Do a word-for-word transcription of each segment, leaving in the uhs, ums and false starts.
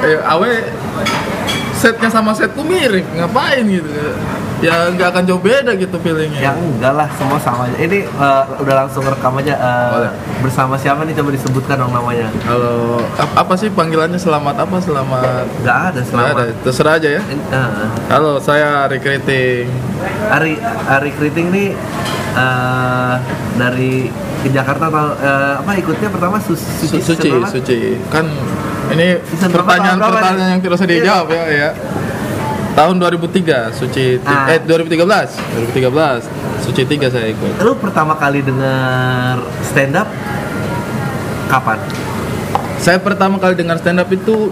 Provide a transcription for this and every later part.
kayak awe setnya sama setku mirip, ngapain gitu? Ya nggak akan jauh beda gitu feelingnya. Ya enggak lah, semua sama aja. Ini uh, udah langsung rekam aja. Uh, bersama siapa nih, coba disebutkan dong namanya. Kalau apa sih panggilannya, selamat apa selamat? Nggak ada selamat. Nggak ada, terserah aja ya. Uh. Halo, saya Ari Kriting. Ari Ari Kriting nih uh, dari ke Jakarta atau uh, apa ikutnya pertama Su- Suci Suci, Suci. Kan ini pertanyaan-pertanyaan yang tidak usah dijawab ya, ya. Tahun dua ribu tiga Suci ah. eh dua ribu tiga belas dua ribu tiga belas Suci tiga saya ikut. Lu pertama kali dengar stand up kapan? Saya pertama kali dengar stand up itu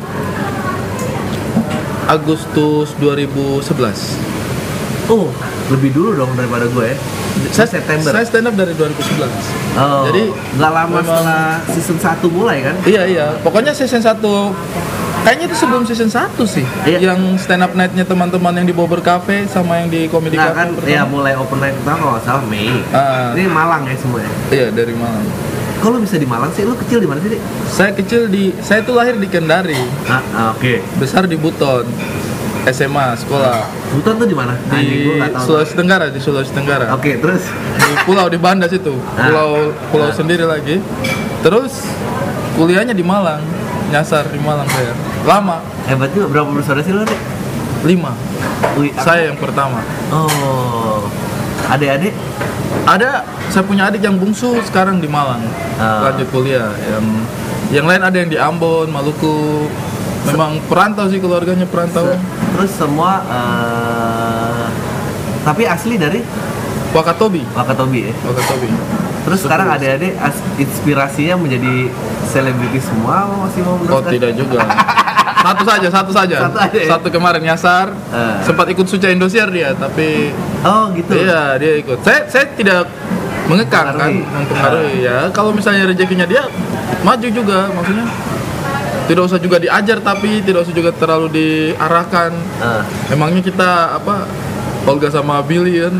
Agustus dua ribu sebelas. Oh, lebih dulu dong daripada gue ya. Saya September. Saya stand up dari dua ribu sebelas. Oh. Jadi nggak lama memang, setelah season satu mulai kan? Iya iya. Pokoknya season satu kayaknya itu sebelum season satu sih. Iya. Yang stand up night-nya teman-teman yang di Bobber Cafe sama yang di Comedy nah, Cafe. Kan ya mulai open night pertama kalau nggak salah Mei. Uh, Ini Malang ya semuanya. Iya, dari Malang. Kalau bisa di Malang sih, lu kecil di mana sih, Dik? Saya kecil di saya tuh lahir di Kendari. Ah, oke. Okay. Besar di Buton. S M A sekolah. Buton tuh di mana? Di Anjing, Sulawesi Tenggara, di Sulawesi Tenggara. Oke, okay, terus di pulau di Banda situ. Pulau pulau ah. sendiri lagi. Terus kuliahnya di Malang. Nyasar di Malang saya. Lama. Hebat juga. Berapa bersaudara sih lu, Dik? Lima. Wih, saya yang pertama. Oh. Adik-adik? Ada. Saya punya adik yang bungsu sekarang di Malang. Ah. Lanjut kuliah. Yang yang lain ada yang di Ambon, Maluku. Memang perantau sih, keluarganya perantau. Terus semua uh, tapi asli dari Wakatobi. Wakatobi ya. Wakatobi. Terus Sepuluh. Sekarang adik-adik inspirasinya menjadi selebriti semua masih mau meneruskan? Oh tidak juga. Satu saja, satu saja. Satu, aja, ya? Satu kemarin nyasar. Uh. Sempat ikut Suca Indosiar dia, tapi oh gitu. Iya, dia ikut. Saya saya tidak mengekang kan, mempengaruhi uh. ya. Kalau misalnya rezekinya dia maju juga, maksudnya tidak usah juga diajar, tapi tidak usah juga terlalu diarahkan. Uh. Emangnya kita apa Olga sama Billy kan?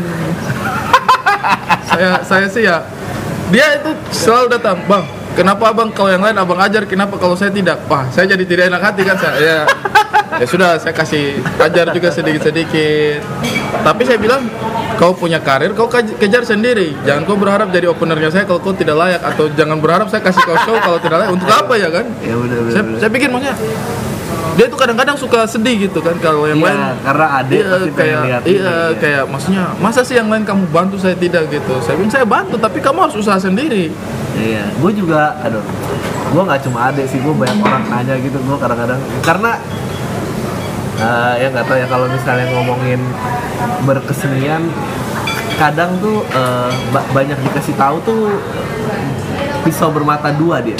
saya saya sih ya, dia itu selalu datang, bang. Kenapa abang kalau yang lain abang ajar? Kenapa kalau saya tidak? Wah, saya jadi tidak enak hati kan saya. Ya, ya sudah, saya kasih ajar juga sedikit-sedikit. Tapi saya bilang, kau punya karir, kau kejar sendiri. Jangan kau berharap jadi openernya saya kalau kau tidak layak, atau jangan berharap saya kasih kau show kalau tidak layak. Untuk apa ya kan? Ya benar benar. Saya, saya pikir maksudnya dia itu kadang-kadang suka sedih gitu kan kalau yang iya, lain. Karena adik iya, pasti kayak lihat iya ini, kayak ya. Maksudnya masa sih yang lain kamu bantu saya tidak gitu. Saya bilang saya bantu tapi kamu harus usaha sendiri. Iya, gue juga, aduh, gue nggak cuma adik sih, gue banyak orang nanya gitu, gue kadang-kadang karena uh, ya nggak tahu ya kalau misalnya ngomongin berkesenian, kadang tuh uh, banyak dikasih tahu tuh pisau bermata dua dia.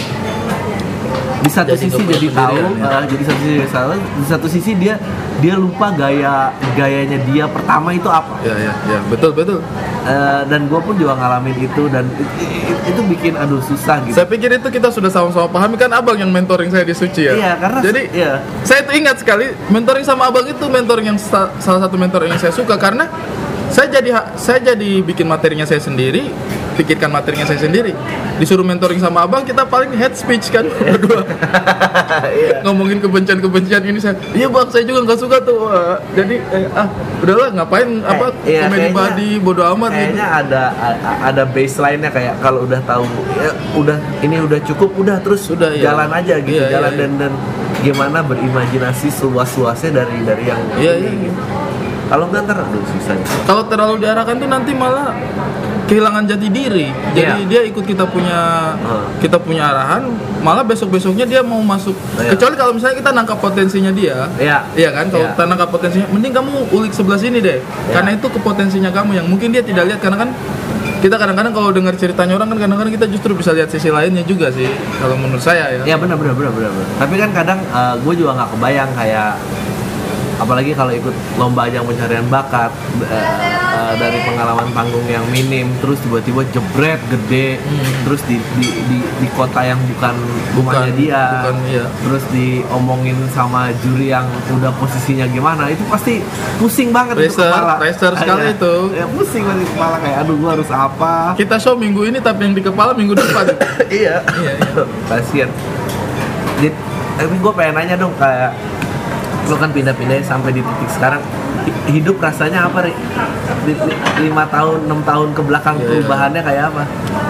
Di satu jadi sisi jadi tahu, ya. uh, jadi satu sisi salah, di satu sisi dia dia lupa gaya gayanya dia pertama itu apa. Ya ya ya betul betul. Uh, dan gue pun juga ngalamin itu dan itu, itu bikin aduh susah gitu. Saya pikir itu kita sudah sama-sama pahami kan, abang yang mentoring saya di Suci ya. Iya karena jadi iya. Saya tuh ingat sekali mentoring sama abang itu mentoring yang sa- salah satu mentoring yang saya suka karena saya jadi saya jadi bikin materinya saya sendiri, pikirkan materinya saya sendiri. Disuruh mentoring sama abang, kita paling head speech kan berdua. Iya. Ngomongin kebencian-kebencian ini saya, iya bang saya juga nggak suka tuh. Uh, jadi eh, ah udahlah ngapain eh, apa iya, komedi body bodo amat. Kayaknya gitu. ada ada baseline-nya kayak kalau udah tahu ya udah ini udah cukup udah terus sudah, jalan iya. aja gitu iya, jalan iya, dan dan gimana berimajinasi seluas-luasnya dari dari yang iya, ini iya. gitu. Kalau nggak ntar aduh susah. Kalau terlalu diarahkan tuh nanti malah kehilangan jati diri. Jadi yeah. dia ikut kita punya uh. kita punya arahan, malah besok-besoknya dia mau masuk. Yeah. Kecuali kalau misalnya kita nangkap potensinya dia. Iya. Iya kan? Kalau yeah. kita nangkap potensinya, mending kamu ulik sebelah sini deh. Yeah. Karena itu kepotensinya kamu yang mungkin dia tidak lihat, karena kan kita kadang-kadang kalau dengar ceritanya orang kan kadang-kadang kita justru bisa lihat sisi lainnya juga sih. Kalau menurut saya ya. Iya benar benar benar benar. Tapi kan kadang uh, gue juga nggak kebayang kayak apalagi kalau ikut lomba ajang pencarian bakat uh, uh, dari pengalaman panggung yang minim terus tiba-tiba jebret gede hmm. terus di, di di di kota yang bukan rumahnya dia bukan, iya. terus diomongin sama juri yang udah posisinya gimana itu pasti pusing banget Racer, itu kepala racer sekali ya, itu ya pusing banget di kepala kayak aduh gua harus apa kita show minggu ini tapi yang di kepala minggu depan. iya iya, iya. Kasian. Jadi tapi gue pengen nanya dong, kayak lo kan pindah-pindah sampai di titik sekarang, hidup rasanya apa, Ri? lima tahun, enam tahun ke belakang yeah, perubahannya kayak apa?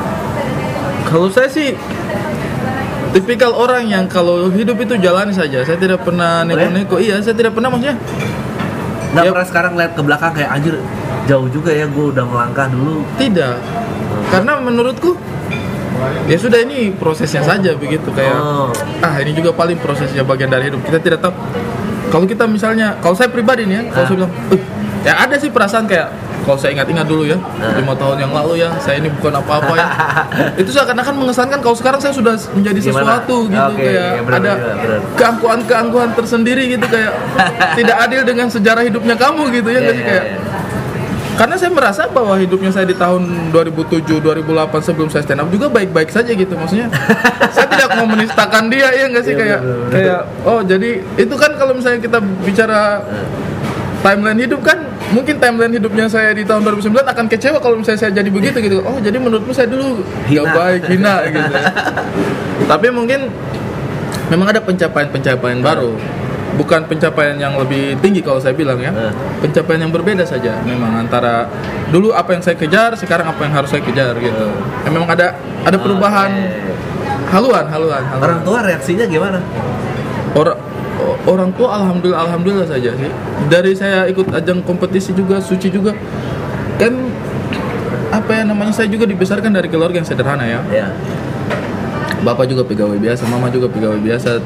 Kalau saya sih tipikal orang yang kalau hidup itu jalani saja. Saya tidak pernah neko-neko. Iya, saya tidak pernah maksudnya. Nggak Ya, pernah sekarang lihat ke belakang kayak anjir jauh juga ya gue udah melangkah dulu. tidak. Karena menurutku ya sudah, ini prosesnya saja begitu, kayak Oh. ah ini juga paling prosesnya bagian dari hidup. Kita tidak tahu. Kalau kita misalnya, kalau saya pribadi nih ya, kalau Ah. saya bilang, "Eh, ya ada sih perasaan kayak kalau saya ingat-ingat dulu ya, Ah. lima tahun yang lalu ya, saya ini bukan apa-apa ya." Itu seakan-akan mengesankan kalau sekarang saya sudah menjadi Gimana? sesuatu gitu, Oke, kayak iya, benar, ada benar, benar. keangkuhan-keangkuhan tersendiri gitu, kayak tidak adil dengan sejarah hidupnya kamu gitu ya, Iya, nggak sih? iya, Kayak iya. karena saya merasa bahwa hidupnya saya di tahun dua ribu tujuh, dua ribu delapan sebelum saya stand up juga baik-baik saja gitu. Maksudnya saya tidak mau menistakan dia, ya nggak sih? Iya, Kayak betul, betul. kayak oh jadi itu kan kalau misalnya kita bicara timeline hidup kan, mungkin timeline hidupnya saya di tahun dua ribu sembilan akan kecewa kalau misalnya saya jadi begitu gitu. Oh jadi menurutmu saya dulu Hina. nggak baik, hina gitu. Tapi mungkin memang ada pencapaian-pencapaian baru. Bukan pencapaian yang lebih tinggi kalau saya bilang ya, Eh. pencapaian yang berbeda saja memang antara dulu apa yang saya kejar, sekarang apa yang harus saya kejar gitu. Ya, memang ada ada perubahan, Oke. haluan haluan, haluan. Orang tua reaksinya gimana? Orang o- orang tua alhamdulillah alhamdulillah saja sih. Dari saya ikut ajang kompetisi juga, suci juga, kan apa ya namanya, saya juga dibesarkan dari keluarga yang sederhana ya. Ya. Bapak juga pegawai biasa, mama juga pegawai biasa.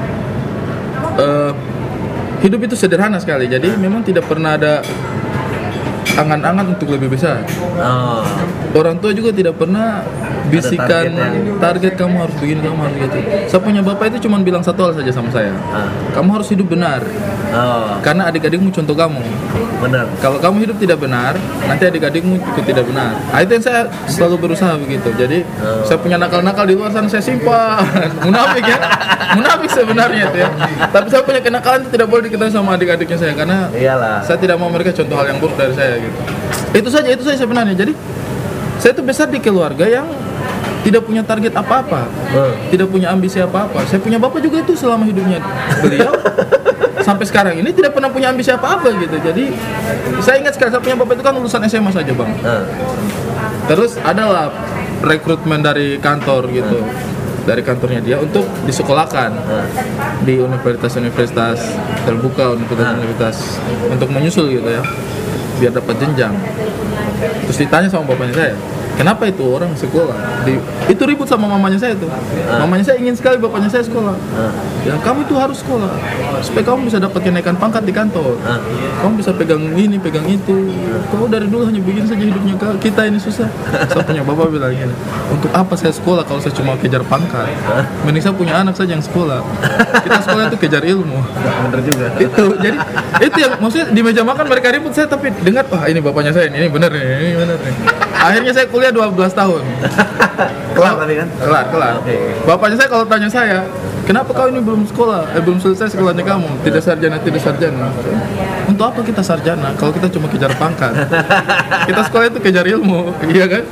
Eh, hidup itu sederhana sekali, jadi memang tidak pernah ada angan-angan untuk lebih besar. Oh. Orang tua juga tidak pernah bisikan targetnya. target kamu harus begini, kamu harus gitu. Saya punya bapak itu cuma bilang satu hal saja sama saya, Ah. kamu harus hidup benar, Oh, karena adik-adikmu contoh kamu. benar. Kalau kamu hidup tidak benar, nanti adik-adikmu ikut tidak benar. Nah, itu yang saya selalu berusaha begitu. Jadi Oh. saya punya nakal-nakal di luar sana saya simpan. Munafik ya, munafik sebenarnya itu ya. Tapi saya punya kenakalan itu tidak boleh diketahui sama adik-adiknya saya, karena Iyalah. saya tidak mau mereka contoh hal yang buruk dari saya gitu. Itu saja, itu saja sebenarnya. Jadi saya itu besar di keluarga yang tidak punya target apa-apa, Oh. tidak punya ambisi apa-apa. Saya punya bapak juga itu selama hidupnya beliau sampai sekarang ini tidak pernah punya ambisi apa-apa gitu. Jadi saya ingat sekali, saya punya bapak itu kan lulusan S M A saja bang. Ah. Terus adalah rekrutmen dari kantor gitu, dari kantornya dia untuk disekolahkan Ah. di universitas-universitas terbuka, universitas-universitas untuk menyusul gitu ya, biar dapat jenjang. Terus ditanya sama bapaknya saya, kenapa itu orang sekolah? Di, itu ribut sama mamanya saya tuh. Mamanya saya ingin sekali bapaknya saya sekolah. Ah. Ya kamu itu harus sekolah supaya kamu bisa dapat kenaikan pangkat di kantor. Ah. Kamu bisa pegang ini, pegang itu. Kau dari dulu hanya bikin saja hidupnya ka- kita ini susah. Saya punya bapak bilang gini, untuk apa saya sekolah kalau saya cuma kejar pangkat? Mending saya punya anak saja yang sekolah. Kita sekolah itu kejar ilmu. Bener juga. Itu jadi itu yang maksudnya di meja makan mereka ribut, saya tapi dengar wah ini bapaknya saya ini, ini bener nih, ini bener nih. Akhirnya saya kuliah dua belas tahun. Kelar tadi kan? Kelar, kelar. Oke. Bapaknya saya kalau tanya saya, kenapa kau ini belum sekolah? Eh, belum selesai sekolahnya kamu? Tidak sarjana, tidak sarjana. Untuk apa kita sarjana kalau kita cuma kejar pangkat? Kita sekolah itu kejar ilmu, iya kan?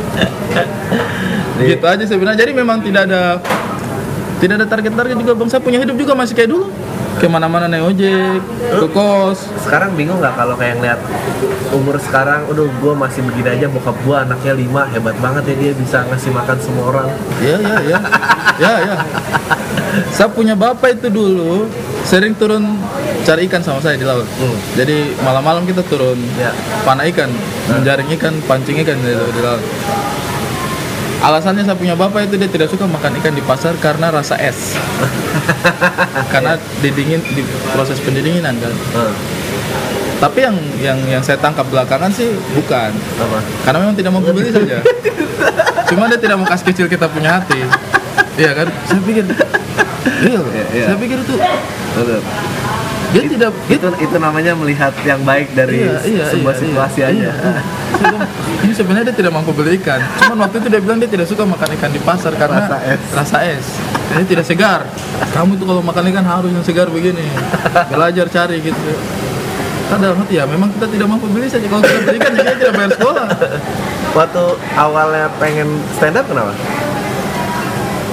Gitu aja sebenarnya. Jadi memang tidak ada tidak ada target-target juga bang. Saya punya hidup juga masih kayak dulu. Kemana-mana naik ojek, ke kos. Sekarang bingung nggak kalau kayak ngeliat umur sekarang, udah gue masih begini aja, bokap gue anaknya lima, hebat banget ya dia bisa ngasih makan semua orang. Iya, iya, iya. Ya, ya. Saya punya bapak itu dulu sering turun cari ikan sama saya di laut. Hmm. Jadi malam-malam kita turun Ya. panah ikan, menjaring ikan, pancing ikan di, di laut. Alasannya saya punya bapak itu dia tidak suka makan ikan di pasar karena rasa es. Karena didingin di proses pendinginan kan. Ah. Tapi yang yang yang saya tangkap belakangan sih bukan. Apa? Karena memang tidak mau beli saja. Cuma dia tidak mau kasih kecil kita punya hati. Iya kan? Saya pikir iya, Iya, iya. saya pikir itu Betul. dia tidak dia Itu itu namanya melihat yang baik dari Iya, iya, sebuah iya, situasi iya, aja. iya. Saya bilang, ini sebenarnya dia tidak mampu beli ikan. Cuman waktu itu dia bilang dia tidak suka makan ikan di pasar karena Rasa es. rasa es. Ini tidak segar. Kamu tuh kalau makan ikan harus yang segar begini. Belajar cari gitu. Kan dalam hati ya, memang kita tidak mampu beli saja. Kalau kita beli ikan, kita tidak bayar sekolah. Waktu awalnya pengen stand up kenapa?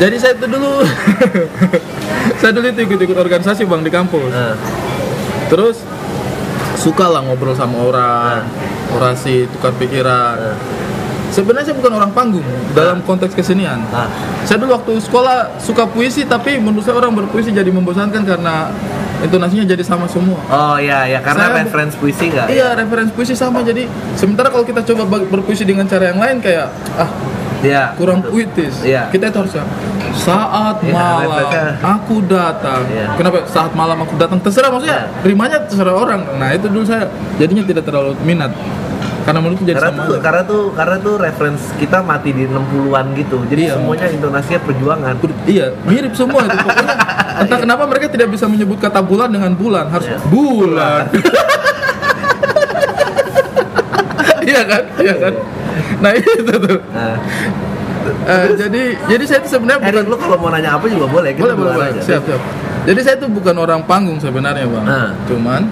Jadi saya itu dulu saya dulu itu ikut-ikut organisasi bang di kampus. Uh. Terus suka lah ngobrol sama orang, uh. orasi, tukar pikiran. Uh. Sebenarnya saya bukan orang panggung dalam konteks kesenian. uh. Saya dulu waktu sekolah suka puisi, tapi menurut saya orang berpuisi jadi membosankan karena intonasinya jadi sama semua. Oh iya ya, karena Saya reference puisi nggak? Iya, referensi puisi sama. Jadi sementara kalau kita coba ber- berpuisi dengan cara yang lain kayak ah Iya. kurang betul. puitis. Iya. Kita itu harusnya saat Iya, malam referensinya. aku datang. Iya. Kenapa saat malam aku datang? Terserah maksudnya. Iya. Rimanya terserah orang. Nah, itu dulu saya jadinya tidak terlalu minat. Karena menurutku jadi Karena sama tuh, aja. karena tuh, karena tuh reference kita mati di enam puluhan gitu. Jadi Iya. semuanya intonasinya perjuangan. Iya, mirip semua itu pokoknya. Entah kenapa mereka tidak bisa menyebut kata bulan dengan bulan, harus Iya. bulan. Iya kan? Iya kan? Nah, itu tuh. Nah, Eh, jadi jadi saya itu sebenarnya bukan Erik, lu kalau mau nanya apa juga boleh. Kita boleh boleh, duluan boleh. aja. Siap siap. Jadi saya itu bukan orang panggung sebenarnya bang. Nah. Cuman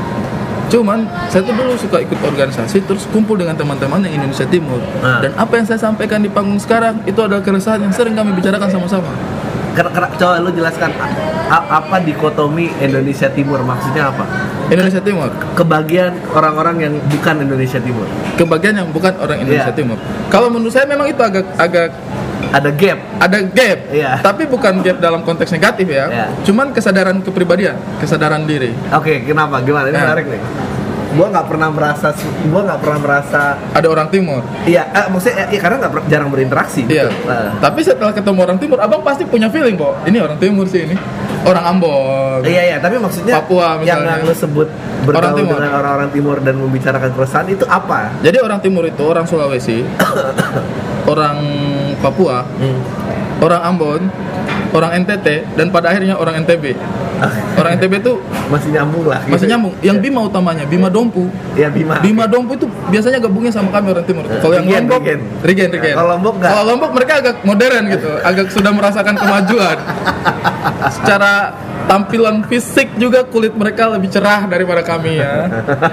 cuman saya tuh dulu suka ikut organisasi terus kumpul dengan teman-teman yang Indonesia Timur. Nah. Dan apa yang saya sampaikan di panggung sekarang itu adalah keresahan yang sering kami bicarakan sama-sama. Ker- ker- Coba lu jelaskan a- apa dikotomi Indonesia Timur, maksudnya apa? Indonesia Timur, Kebagian orang-orang yang bukan Indonesia Timur. kebagian yang bukan orang Indonesia Iya. Timur. Kalau menurut saya memang itu agak agak Ada gap. ada gap, Iya. tapi bukan gap dalam konteks negatif ya. Iya. Cuman kesadaran kepribadian, kesadaran diri. Oke, kenapa? Gimana? Ini Nah. menarik nih. Gua nggak pernah merasa, gua nggak pernah merasa. Ada orang Timur. Iya, eh, maksudnya eh, karena nggak per- jarang berinteraksi. Iya. Betul. Nah. Tapi setelah ketemu orang Timur, abang pasti punya feeling kok. Ini orang Timur sih ini. Orang Ambon. Iya iya, tapi maksudnya Papua yang misalnya. yang lu sebut Orang bergaul Timur. dengan orang-orang Timur dan membicarakan keresahan itu apa? Jadi orang Timur itu orang Sulawesi, orang Papua, Hmm. orang Ambon, orang N T T, dan pada akhirnya orang N T B. Orang N T B itu Masih nyambung lah. masih gitu. nyambung. Yang Bima utamanya, Bima Dompu. Iya, Bima. Bima Dompu itu biasanya gabungnya sama kami orang Timur. Kalau yang Rigen, Lombok, Rigen. Rigen, Rigen. Kalau Lombok nggak? Kalau Lombok mereka agak modern gitu, agak sudah merasakan kemajuan. Secara tampilan fisik juga kulit mereka lebih cerah daripada kami ya.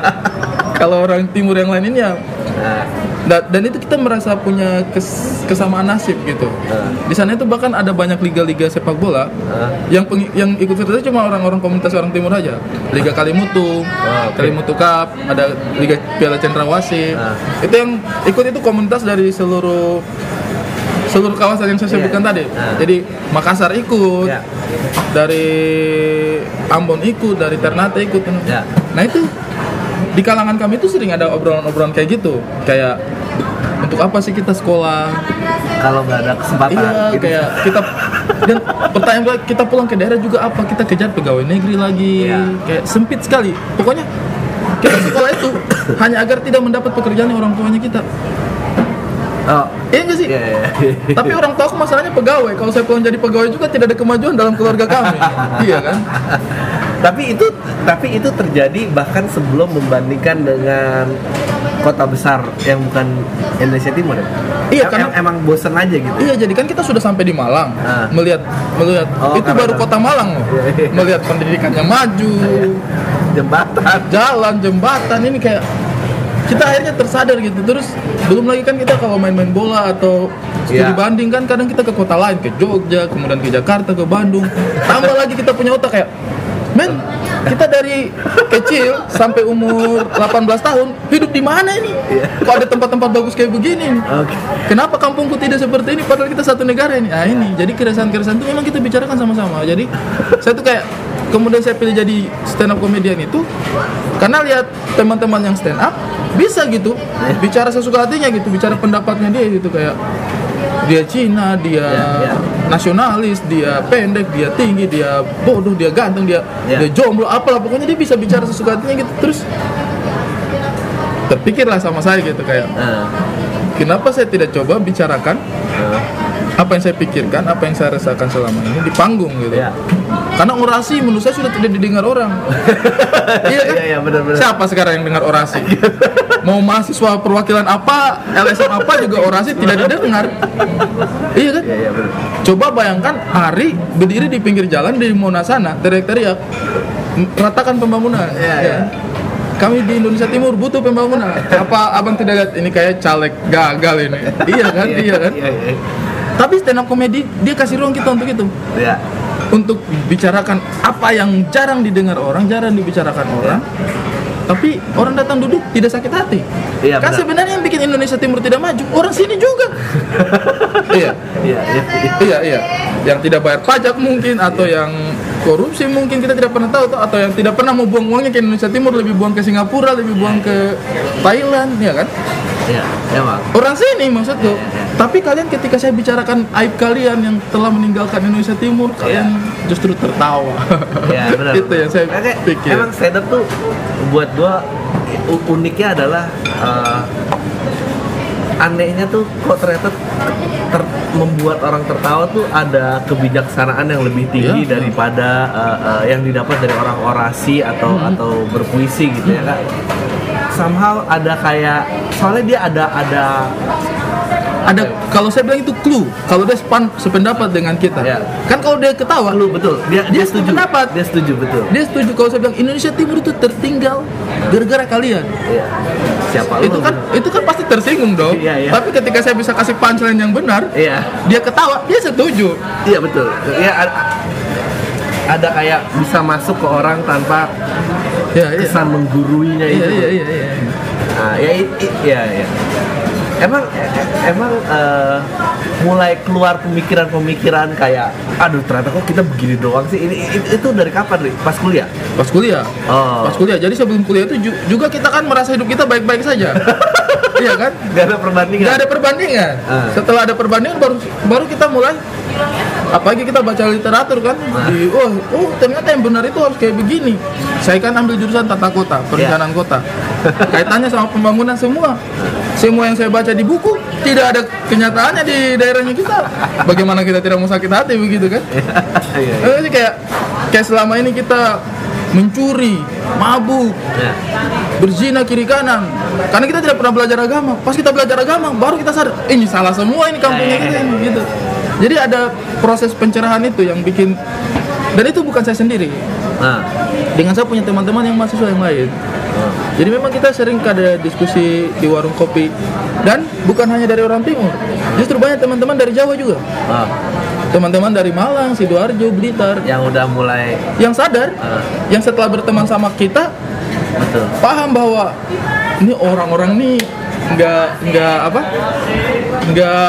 Kalau orang Timur yang lain ini ya, Nah, da- dan itu kita merasa punya kes- kesamaan nasib gitu. Nah. Di sana itu bahkan ada banyak liga-liga sepak bola nah. yang peng- yang ikut serta cuma orang-orang komunitas orang Timur aja. Liga Kalimutu, oke. Kalimutu Cup, ada Liga Piala Cendrawasih. Ah. Itu yang ikut itu komunitas dari seluruh seluruh kawasan yang saya Iya. sebutkan tadi. Ah. Jadi Makassar ikut, Ya. dari Ambon ikut, dari Ternate ikut. Ya. Nah itu di kalangan kami itu sering ada obrolan-obrolan kayak gitu, kayak untuk apa sih kita sekolah? Kalau nggak ada kesempatan. Iya, gitu. kayak kita dan pertanyaan gue, kita pulang ke daerah juga apa? Kita kejar pegawai negeri lagi, Iya. kayak sempit sekali. Pokoknya kita sekolah itu hanya agar tidak mendapat pekerjaan yang orang tuanya kita. Oh, Iya nggak sih? iya, iya. Tapi orang tua aku masalahnya pegawai. Kalau saya pulang jadi pegawai juga tidak ada kemajuan dalam keluarga kami. Iya kan? tapi itu tapi itu terjadi bahkan sebelum membandingkan dengan kota besar yang bukan Indonesia Timur ya? Iya, Em- karena- em- emang bosen aja gitu. Iya, jadi kan kita sudah sampai di Malang, Ah. melihat melihat Oh, itu karena- baru kota Malang loh. Iya, iya. Melihat pendidikannya maju, Jembatan. jalan, jembatan ini kayak kita akhirnya tersadar gitu. Terus belum lagi kan kita kalau main-main bola atau studi Iya. banding kan kadang kita ke kota lain, ke Jogja, kemudian ke Jakarta, ke Bandung. Tambah lagi kita punya otak kayak, men, kita dari kecil sampai umur delapan belas tahun hidup di mana ini? Iya. Kok ada tempat-tempat bagus kayak begini? Oke. Kenapa kampungku tidak seperti ini padahal kita satu negara ini? Nah ini, jadi keresahan-keresahan itu memang kita bicarakan sama-sama. Jadi saya tuh kayak kemudian saya pilih jadi stand up comedian itu karena lihat teman-teman yang stand up bisa gitu bicara sesuka hatinya gitu, bicara pendapatnya dia gitu, kayak dia Cina, dia Ya, ya. nasionalis, dia pendek, dia tinggi, dia bodoh, dia ganteng, dia Ya. dia jomblo, apalah pokoknya dia bisa bicara sesuka hatinya gitu. Terus terpikirlah sama saya gitu kayak, Nah, kenapa saya tidak coba bicarakan nah, apa yang saya pikirkan, apa yang saya rasakan selama ini di panggung gitu. ya. Karena orasi menurut saya sudah tidak didengar orang. Iya kan? Iya, iya, benar-benar. Siapa sekarang yang dengar orasi? Mau mahasiswa perwakilan apa, L S M apa juga orasi tidak didengar. Iya kan? Iya, iya, benar. Coba bayangkan Ari berdiri di pinggir jalan di Monas sana, teriak-teriak, "M- ratakan pembangunan." Iya, Ya. iya. Kami di Indonesia Timur butuh pembangunan. Apa abang tidak lihat ini kayak caleg gagal ini? Iya kan? Iya kan? Iya, iya. Tapi stand up comedy dia kasih ruang kita untuk itu. Iya. Untuk bicarakan apa yang jarang didengar orang, jarang dibicarakan orang. Tapi orang datang duduk tidak sakit hati. Iya, Kan benar. sebenarnya yang bikin Indonesia Timur tidak maju orang sini juga. Iya. Iya, iya. Iya, iya. Yang tidak bayar pajak mungkin atau yang korupsi mungkin kita tidak pernah tahu tuh, atau yang tidak pernah mau buang uangnya ke Indonesia Timur, lebih buang ke Singapura, lebih buang ke Thailand, ya kan? Iya, emang. Orang sini maksudku. Tapi kalian ketika saya bicarakan aib kalian yang telah meninggalkan Indonesia Timur, kalian justru tertawa. Iya, benar. Itu yang saya Oke, pikir. emang stand up tuh buat gua u- uniknya adalah uh, anehnya tuh kok ternyata ter- membuat orang tertawa tuh ada kebijaksanaan yang lebih tinggi Iya. daripada uh, uh, yang didapat dari orang orasi atau Hmm. atau berpuisi gitu ya kan. Somehow ada kayak soalnya dia ada ada Ada, kalau saya bilang itu clue, kalau dia sepan, sependapat dengan kita. Ya. Kan kalau dia ketawa, lu betul dia Dia dia setuju sependapat. dia setuju betul. dia setuju. Kalau saya bilang Indonesia Timur itu tertinggal gara-gara kalian. Iya. Siapa Itu lu? kan itu kan pasti tersinggung dong. Iya, iya. Tapi ketika saya bisa kasih punchline yang benar, Iya. dia ketawa, dia setuju. Iya betul. Ya ada, ada kayak bisa masuk ke orang tanpa Ya, iya. kesan mengguruinya Iya, itu. iya, iya, iya. Nah, ya, i- i- ya, ya. Emang, e- emang eh, mulai keluar pemikiran-pemikiran kayak, aduh ternyata kok kita begini doang sih. Ini i- itu dari kapan nih? Pas kuliah? Pas kuliah. Oh. Pas kuliah. Jadi sebelum kuliah itu ju- juga kita kan merasa hidup kita baik-baik saja. Iya kan? Gak ada perbandingan. Nggak ada perbandingan. Ah. Setelah ada perbandingan baru baru kita mulai, apalagi kita baca literatur kan, Ah. di oh, oh ternyata yang benar itu harus kayak begini. Saya kan ambil jurusan tata kota, perencanaan Ya. kota. Kaitannya sama pembangunan semua. Semua yang saya baca di buku tidak ada kenyataannya di daerahnya kita. Bagaimana kita tidak mau sakit hati begitu kan? Iya, iya. Eh, sih kayak kayak selama ini kita mencuri, mabuk, Ya. berzina kiri kanan, karena kita tidak pernah belajar agama. Pas kita belajar agama baru kita sadar ini salah semua, ini kampungnya kita ini gitu. Jadi ada proses pencerahan itu yang bikin, dan itu bukan saya sendiri, Nah, dengan saya punya teman-teman yang mahasiswa yang lain. Jadi memang kita sering ada diskusi di warung kopi, dan bukan hanya dari orang timur, justru banyak teman-teman dari Jawa juga, ah, teman-teman dari Malang, Sidoarjo, Blitar, yang udah mulai yang sadar, Ah. yang setelah berteman sama kita betul. paham bahwa ini orang-orang nih nggak nggak apa nggak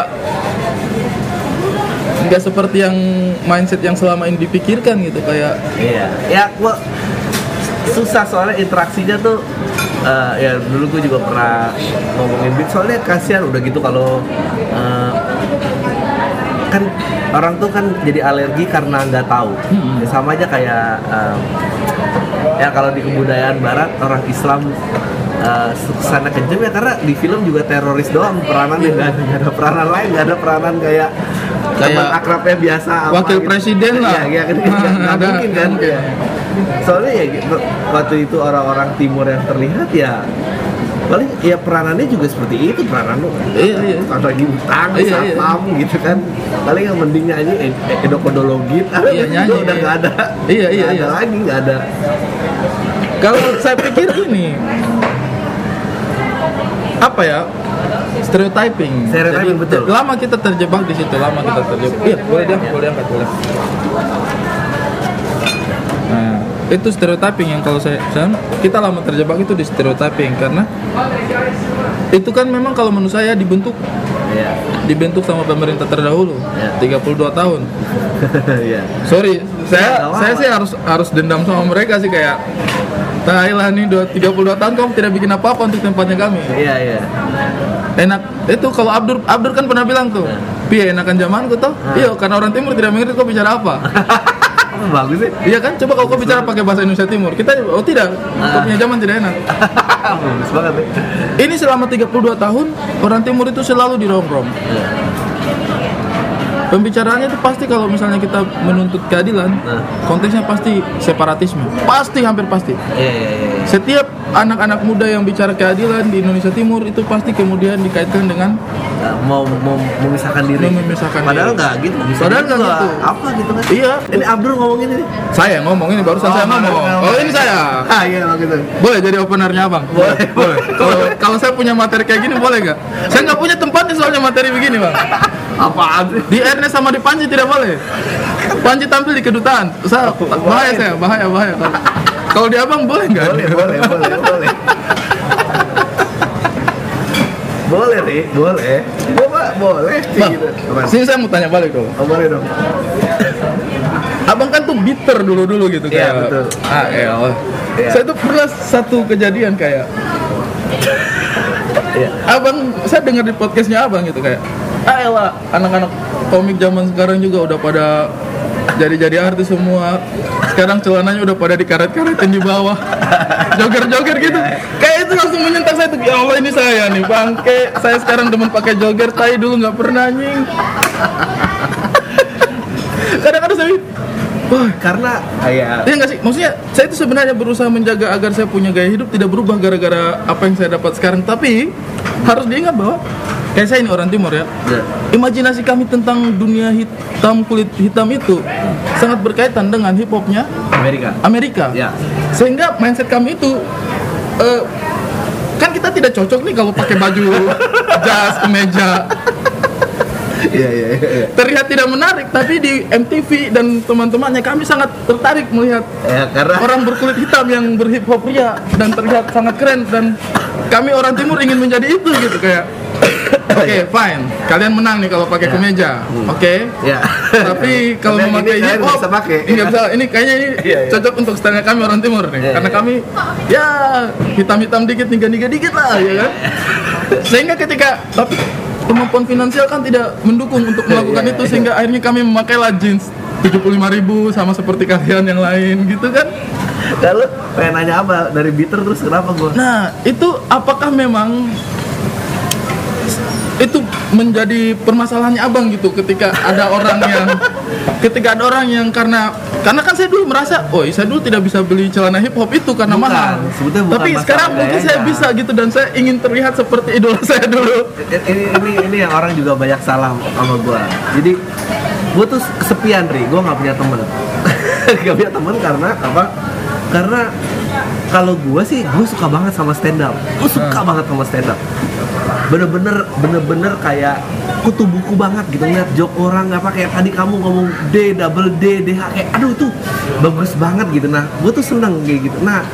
nggak seperti yang mindset yang selama ini dipikirkan gitu, kayak Iya, ya gua susah soalnya interaksinya tuh eh, ya dulu gue juga pernah ngomongin beat soalnya kasihan udah gitu kalau eh, kan orang tuh kan jadi alergi karena nggak tahu. Ya, sama aja kayak eh, ya kalau di kebudayaan barat orang Islam eh, sana kejam ya karena di film juga teroris doang peranannya, nggak ada, nggak ada peranan lain, nggak ada peranan kayak Kayak teman akrabnya biasa apa wakil gitu. presiden lah. Iya, iya, kan, nggak nggak Ada, mungkin kan. mungkin. Ya. Soalnya ya gitu, waktu itu orang-orang timur yang terlihat ya paling ya peranannya juga seperti itu peranan lu. Iya, iya. Kalau lagi utang, Iya, iya. satpam gitu kan. Paling yang mending nyanyi ed- edokondologit. Iya, nyanyi, udah iya. nggak ada. Iya, iya, Nggak ada iya. lagi, nggak ada. kalau saya pikir ini apa ya, stereotyping. Stereotyping, Jadi, betul. lama kita terjebak di situ, lama kita terjebak. Iya, boleh diangkat, boleh diangkat, boleh. Nah, itu stereotyping yang kalau saya, saya kita lama terjebak itu di stereotyping karena itu kan memang kalau menurut saya dibentuk Iya. dibentuk sama pemerintah terdahulu Ya. tiga puluh dua tahun. Iya. Sorry, saya nggak apa-apa. saya sih harus harus dendam sama mereka sih, kayak Thailand nih dua- tiga puluh dua tahun kamu tidak bikin apa-apa untuk tempatnya kami. Iya, iya. Enak itu kalau Abdur Abdur kan pernah bilang tuh, piye enakan zamanku tuh. Nah. Iya, karena orang timur tidak mengerti kau bicara apa. Bagus sih. Iya kan, coba kalau kau bicara pakai bahasa Indonesia Timur, kita oh tidak, kau punya zaman tidak enak. Bagus banget ya. Ini selama tiga puluh dua tahun orang timur itu selalu dirom-rom. Iya. Pembicaraannya itu pasti kalau misalnya kita menuntut keadilan, Nah. konteksnya pasti separatisme. Pasti, hampir pasti. Iya, iya, iya. Setiap anak-anak muda yang bicara keadilan di Indonesia Timur itu pasti kemudian dikaitkan dengan Nggak mau mau memisahkan diri. Mau memisahkan Padahal diri. nggak gitu. Bisa Padahal nggak juga. gitu. Apa gitu kan? Iya. Ini Abdul ngomongin ini. saya ngomong ini barusan saya ngomong. Oh ini saya. Ah iya emang gitu. Boleh jadi openernya abang? Boleh. Boleh. Kalau kalau saya punya materi kayak gini boleh nggak? Saya nggak punya tempatnya soalnya materi begini bang. Apaan sih? Di Ernest sama di Panji tidak boleh. Panji tampil di kedutaan. Saya bahaya saya, bahaya bahaya. Kalau- Kalau di Abang boleh nggak? Boleh, boleh, boleh, boleh. Boleh nih, boleh. Gua mah boleh sih Bang, gitu. Apaan? sini saya mau tanya balik dong. Oh, boleh dong. Abang kan tuh bitter dulu-dulu gitu Iya, kayak. betul. Ah, elah. Iya. Saya tuh pernah satu kejadian kayak Iya. Abang, saya dengar di podcastnya Abang gitu kayak, ah elah, anak-anak komik zaman sekarang juga udah pada jadi-jadi artis semua. Sekarang celananya udah pada dikaret-karetin di bawah, joger-joger gitu. Kayak itu langsung menyentak saya tuh, ya Allah ini saya nih bangke. Saya sekarang demen pakai jogger, tai dulu nggak pernah anjing. Kadang-kadang saya, wah, Karena kayak iya nggak sih? Maksudnya saya itu sebenarnya berusaha menjaga agar saya punya gaya hidup tidak berubah gara-gara apa yang saya dapat sekarang. Tapi harus diingat bahwa kayak saya ini orang Timur ya. Ya. Imajinasi kami tentang dunia hitam, kulit hitam itu sangat berkaitan dengan hip hopnya Amerika. Amerika. Ya. Sehingga mindset kami itu eh, kan kita tidak cocok nih kalau pakai baju jas, kemeja. Iya, iya, iya. Terlihat tidak menarik, tapi di M T V dan teman-temannya kami sangat tertarik melihat Ya, karena orang berkulit hitam yang berhip hop ria dan terlihat sangat keren, dan kami orang Timur ingin menjadi itu gitu kayak. Oke, fine. Kalian menang nih kalau pakai Ya. kemeja. Hmm. Oke. ya. Tapi kalau Karena memakai ini kalian hip nggak hop bisa pakai. nggak bisa. Ini kayaknya ini Iya, iya. cocok untuk stylenya kami orang Timur nih. Iya, Karena iya. kami ya hitam-hitam dikit, niga-niga dikit lah, ya kan. Sehingga ketika tapi kemampuan finansial kan tidak mendukung untuk melakukan Iya, itu, iya. sehingga akhirnya kami memakailah jeans tujuh puluh lima ribu sama seperti kalian yang lain gitu kan. Lalu pengen nanya apa dari bitter terus kenapa gua? Nah, itu apakah memang itu menjadi permasalahannya Abang gitu ketika ada orang yang ketika ada orang yang karena karena kan saya dulu merasa, oh saya dulu tidak bisa beli celana hip hop itu karena Bukan, mahal. sebetulnya bukan Tapi masalah sekarang mungkin saya gayanya. bisa gitu, dan saya ingin terlihat seperti idola saya dulu. Ini ini ini yang orang juga banyak salah sama gua. Jadi gua tuh kesepian, Ri. Gua nggak punya temen. Gak punya temen karena apa? Karena kalau gua sih, gua suka banget sama stand up. Gua suka Hmm. banget sama stand up. Bener-bener bener-bener kayak kutu buku banget gitu, ngeliat joke orang apa kayak tadi kamu ngomong D double D D H, kayak aduh itu bagus banget gitu. Nah gue tuh seneng kayak gitu. Nah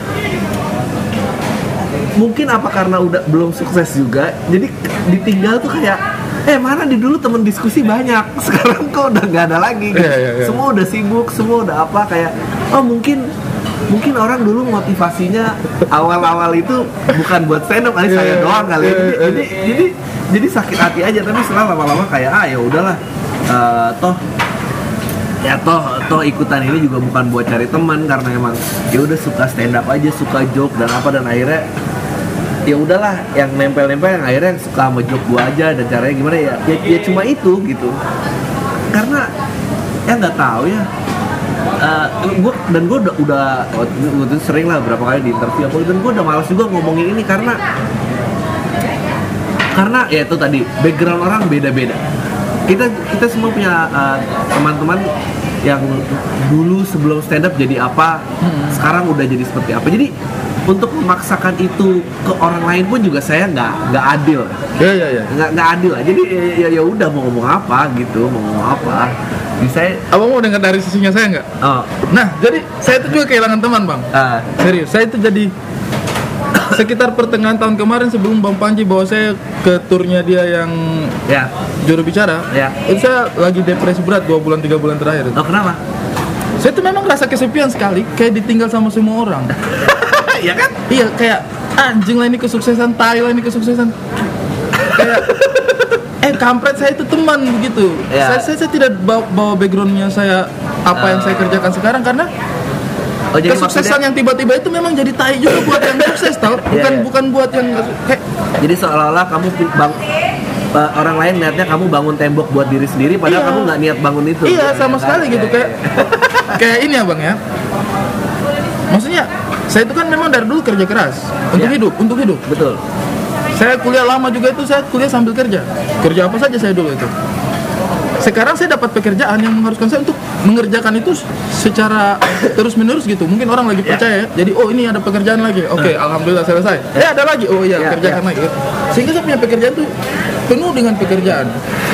mungkin apa karena udah belum sukses juga, jadi ditinggal tuh kayak eh mana di dulu temen diskusi banyak, sekarang kok udah nggak ada lagi gitu. Iya, iya, iya. Semua udah sibuk, semua udah apa kayak oh mungkin mungkin orang dulu motivasinya awal-awal itu bukan buat stand up kali, Iya, saya iya, doang kali. iya, Jadi, iya. jadi jadi jadi sakit hati aja, tapi setelah lama-lama kayak ah ya udahlah, eh, toh ya toh toh ikutan ini juga bukan buat cari teman, karena emang ya udah suka stand up aja, suka joke dan apa, dan akhirnya ya udahlah yang nempel-nempel yang akhirnya yang suka sama joke gua aja, dan caranya gimana ya ya, ya cuma itu gitu. Karena ya nggak tahu ya. Uh, gua dan gue udah udah waktu itu sering lah berapa kali di interview apa, dan gue udah malas juga ngomongin ini karena karena ya itu tadi background orang beda-beda. Kita kita semua punya uh, teman-teman yang dulu sebelum stand up jadi apa, hmm. sekarang udah jadi seperti apa. Jadi untuk memaksakan itu ke orang lain pun juga saya nggak nggak adil. Ya ya ya. Nggak nggak adil lah. Jadi ya, ya, ya udah mau ngomong apa gitu, mau ngomong apa. Jadi saya Abang mau dengar dari sisinya saya nggak? oh, Nah, jadi saya itu juga kehilangan teman, Bang. uh, Serius, saya itu jadi sekitar pertengahan tahun kemarin sebelum Bang Panji bawa saya ke turnya dia yang ya. juru bicara, Ya. itu saya lagi depresi berat dua bulan tiga bulan terakhir. Oh kenapa? Saya tuh memang rasa kesepian sekali, kayak ditinggal sama semua orang. Iya kan? Iya, kayak anjing lah ini kesuksesan, tai lah ini kesuksesan. Kayak eh kampret, saya itu teman begitu. Ya. Saya, saya saya tidak bawa, bawa backgroundnya saya apa yang saya kerjakan sekarang, karena Oh, jadi kesuksesan maksudnya- yang tiba-tiba itu memang jadi tai juga buat yang sukses, tau? Bukan Iya, iya. bukan buat yang nggak su- kayak Jadi seolah-olah kamu pi- bang uh, orang lain lihatnya kamu bangun tembok buat diri sendiri, padahal Iya. kamu nggak niat bangun itu. iya Ya, sama ya, sekali ya, gitu, ya, kayak ya. kayak ini ya, Bang ya. Maksudnya saya itu kan memang dari dulu kerja keras untuk Iya. hidup, untuk hidup. Betul. Saya kuliah lama juga itu, saya kuliah sambil kerja. Kerja apa saja saya dulu itu. Sekarang saya dapat pekerjaan yang mengharuskan saya untuk mengerjakan itu secara terus menerus gitu. Mungkin orang lagi Ya. percaya, jadi oh ini ada pekerjaan lagi. Oke, alhamdulillah selesai. Eh ada lagi, oh iya Ya, kerjakan ya. lagi. Sehingga saya punya pekerjaan tuh penuh dengan pekerjaan.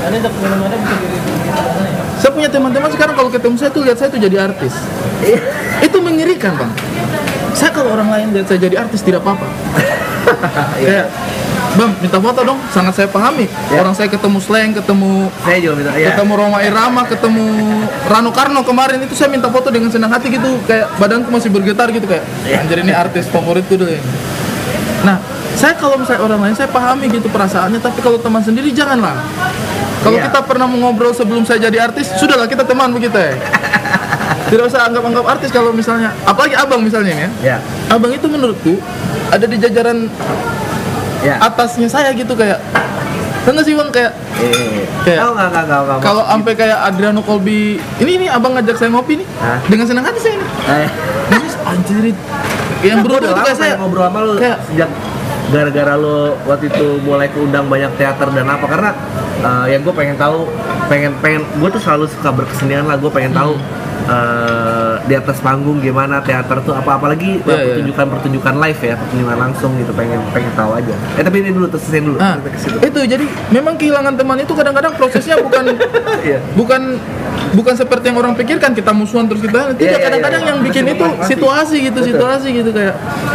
Saya punya teman-teman sekarang kalau ketemu saya tuh lihat saya tuh jadi artis. Itu mengerikan bang. Saya kalau orang lain lihat saya jadi artis tidak apa-apa. Kayak bang minta foto dong, sangat saya pahami. Ya. Orang saya ketemu Slang, ketemu saya juga minta, ya. ketemu Roma Irama, ketemu Rano Karno kemarin itu saya minta foto dengan senang hati gitu, kayak badanku masih bergetar gitu kayak ya. Anjir ini artis favoritku dulu ini. Nah saya kalau misalnya orang lain saya pahami gitu perasaannya, tapi kalau teman sendiri janganlah. Kalau ya. Kita pernah mengobrol sebelum saya jadi artis, sudahlah kita teman begitu ya. Tidak usah anggap-anggap artis kalau misalnya, apalagi abang misalnya ya. Ya. Abang itu menurutku ada di jajaran ya. Atasnya saya gitu kayak, tahu nggak sih bang kayak, eh, kayak oh, enggak, enggak, enggak, enggak, kalau sampai kayak Adriano Colby, ini ini abang ngajak saya ngopi nih, hah? Dengan senang hati saya ini. Eh. Terus anjir, yang berubah itu kayak saya ngobrol sama lu kayak sejak gara-gara lu waktu itu mulai keundang banyak teater dan apa karena uh, yang gue pengen tahu, pengen pengen gue tuh selalu suka berkesenian lah, gue pengen tahu. Hmm. Uh, di atas panggung gimana teater tuh apa apalagi yeah, pertunjukan yeah. pertunjukan live ya pertunjukan langsung gitu pengen pengen tahu aja eh tapi ini dulu selesai dulu ah, itu jadi memang kehilangan teman itu kadang-kadang prosesnya bukan yeah. bukan bukan seperti yang orang pikirkan kita musuhan terus kita tidak yeah, kadang-kadang yeah, yeah. yang bikin itu situasi gitu betul. Situasi gitu kayak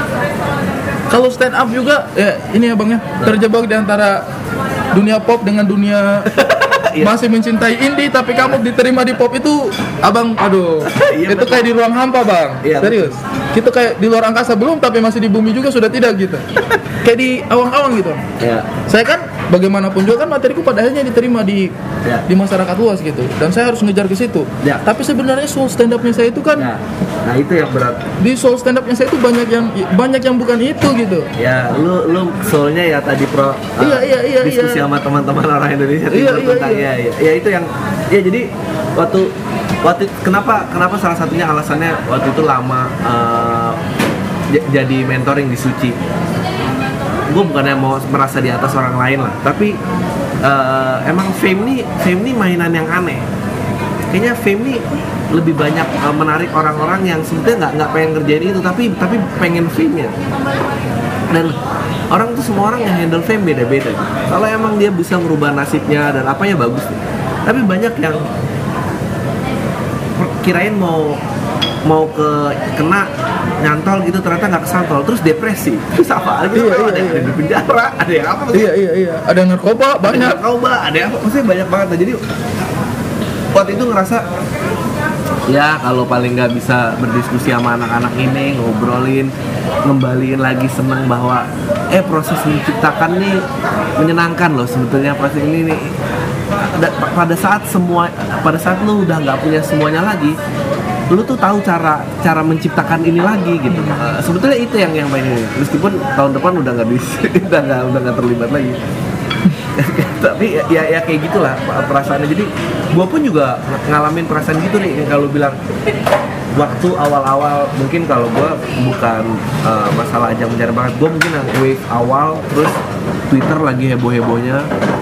kalau stand up juga ya ini ya bang ya terjebak di antara dunia pop dengan dunia masih mencintai indie tapi kamu diterima di pop itu abang aduh itu kayak di ruang hampa bang iya, serius betul. Kita kayak di luar angkasa belum tapi masih di bumi juga sudah tidak gitu kayak di awang-awang gitu ya. Saya kan bagaimanapun juga kan materiku pada akhirnya diterima di ya. Di masyarakat luas gitu dan saya harus ngejar ke situ ya. Tapi sebenarnya soul stand up-nya saya itu kan ya. Nah itu yang berat di soul stand up-nya saya itu banyak yang banyak yang bukan itu gitu ya lu lu soulnya ya tadi pro uh, iya, iya, iya, diskusi iya. Sama teman-teman orang Indonesia iya, iya, tentang iya. Ya, ya, ya itu yang ya jadi waktu waktu kenapa kenapa salah satunya alasannya waktu itu lama uh, j- jadi mentoring di Suci. Gue bukannya mau merasa di atas orang lain lah, tapi uh, emang fame nih fame nih mainan yang aneh. Kayaknya fame nih lebih banyak uh, menarik orang-orang yang sebetulnya nggak nggak pengen ngerjain itu, tapi tapi pengen fame-nya. Dan orang tuh semua orang yang handle fame beda-beda. Kalau emang dia bisa merubah nasibnya dan apanya bagus nih. Tapi banyak yang kirain mau mau ke kena nyantol gitu ternyata nggak kesantol terus depresi terus apa gitu iya, iya, ada iya. yang di penjara ada yang apa iya iya iya ada yang narkoba banyak ada narkoba ada yang apa maksudnya banyak banget nah, jadi waktu itu ngerasa ya kalau paling nggak bisa berdiskusi sama anak-anak ini ngobrolin ngembaliin lagi senang bahwa eh proses menciptakan nih menyenangkan loh sebetulnya proses ini nih pada saat semua pada saat lu udah nggak punya semuanya lagi lu tuh tahu cara cara menciptakan ini lagi gitu uh, sebetulnya itu yang yang paling ini meskipun tahun depan udah nggak di udah nggak udah nggak terlibat lagi tapi ya, ya ya kayak gitulah perasaannya jadi gua pun juga ngalamin perasaan gitu nih kalau bilang waktu awal-awal mungkin kalau gua bukan uh, masalah ajang mencari bakat gua mungkin yang wave awal terus Twitter lagi heboh-hebohnya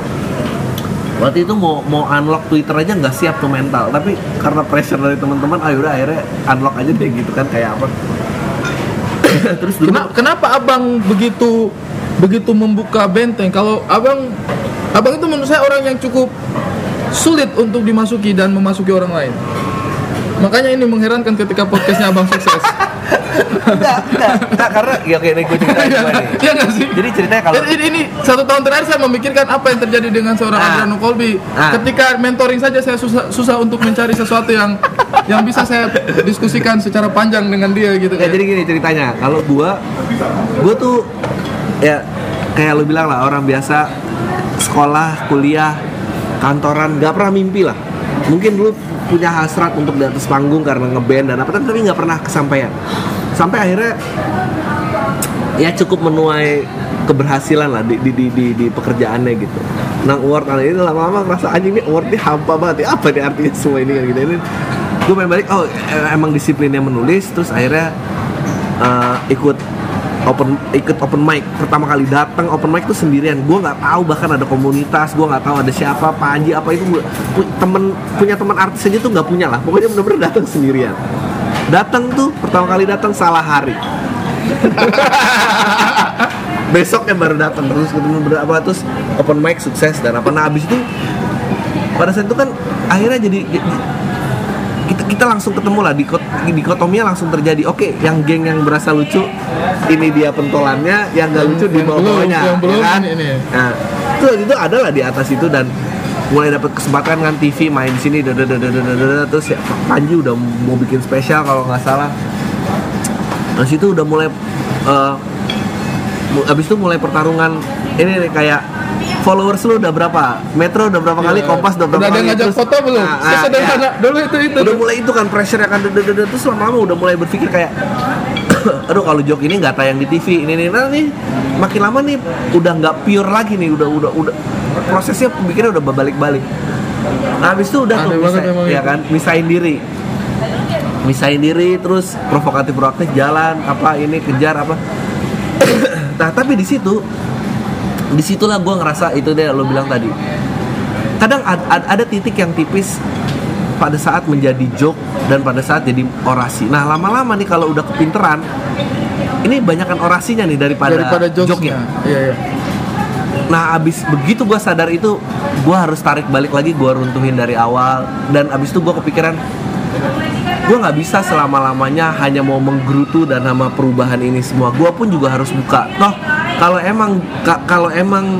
waktu itu mau mau unlock Twitter aja nggak siap tuh mental tapi karena pressure dari teman-teman ayo udah akhirnya unlock aja deh gitu kan kayak apa terus dulu kenapa, kenapa abang begitu begitu membuka benteng kalau abang abang itu menurut saya orang yang cukup sulit untuk dimasuki dan memasuki orang lain makanya ini mengherankan ketika podcastnya abang sukses enggak, enggak, enggak, karena ya kayak gue ceritain gue nih. Iya enggak sih? Jadi ceritanya kalau ini, ini satu tahun terakhir saya memikirkan apa yang terjadi dengan seorang ah. Adriano Colby. Ah. Ketika mentoring saja saya susah susah untuk mencari sesuatu yang yang bisa saya diskusikan secara panjang dengan dia gitu. Ya, jadi gini ceritanya, kalau gue gue tuh ya kayak lu bilang lah orang biasa sekolah, kuliah, kantoran, nggak pernah mimpi lah. Mungkin dulu punya hasrat untuk di atas panggung karena ngeband dan apa tapi nggak pernah kesampaian. Sampai akhirnya ya cukup menuai keberhasilan lah di di di di, di pekerjaannya gitu. Nang award kali ini lama-lama ngerasa anjing ini award ini hampa banget. Ya, apa nih artinya semua ini kan gitu. Ini gue main balik oh emang disiplinnya menulis terus akhirnya uh, ikut open ikut open mic pertama kali datang open mic tuh sendirian gue nggak tahu bahkan ada komunitas gue nggak tahu ada siapa Panji apa itu pu- temen punya teman artis aja tuh nggak punya lah pokoknya bener-bener datang sendirian datang tuh pertama kali datang salah hari besoknya baru datang terus ketemu berapa terus open mic sukses dan apa nah abis itu pada saat itu kan akhirnya jadi kita kita langsung ketemu lah dikot dikotominya langsung terjadi. Oke, yang geng yang berasa lucu ini dia pentolannya, yang nggak lucu di bawah-bawahnya, yang belum, ya kan? ini, ini. Nah, itu itu adalah di atas itu dan mulai dapat kesempatan kan T V main sini, dadadadadadada, terus ya Panji udah mau bikin spesial kalau nggak salah. Nah situ udah mulai, uh, abis itu mulai pertarungan ini nih, kayak followers lu udah berapa, Metro udah berapa kali, Kompas udah berapa udah kali. Udah ngajak foto belum? Nah, nah, sesederhana ya. Dulu itu itu. Udah mulai itu kan pressure ya kan, dadadadada, terus lama-lama udah mulai berpikir kayak, aduh kalau joke ini nggak tayang di T V, ini nih, nah nih makin lama nih udah nggak pure lagi nih, udah udah udah prosesnya pembikinnya udah balik-balik. Nah habis itu udah tuh misain, ya kan, misain diri, misain diri, terus provokatif proaktif jalan, apa ini kejar apa. Nah tapi di situ, disitulah gue ngerasa itu deh lo bilang tadi. Kadang ad, ad, ada titik yang tipis pada saat menjadi joke dan pada saat jadi orasi. Nah lama-lama nih kalau udah kepinteran, ini banyakan orasinya nih daripada, daripada joke-nya. Iya, iya. Nah abis begitu gue sadar itu, gue harus tarik balik lagi, gue runtuhin dari awal. Dan abis itu gue kepikiran, gue nggak bisa selama-lamanya hanya mau menggerutu dan nama perubahan ini semua. Gue pun juga harus buka. Toh kalau emang ka, kalau emang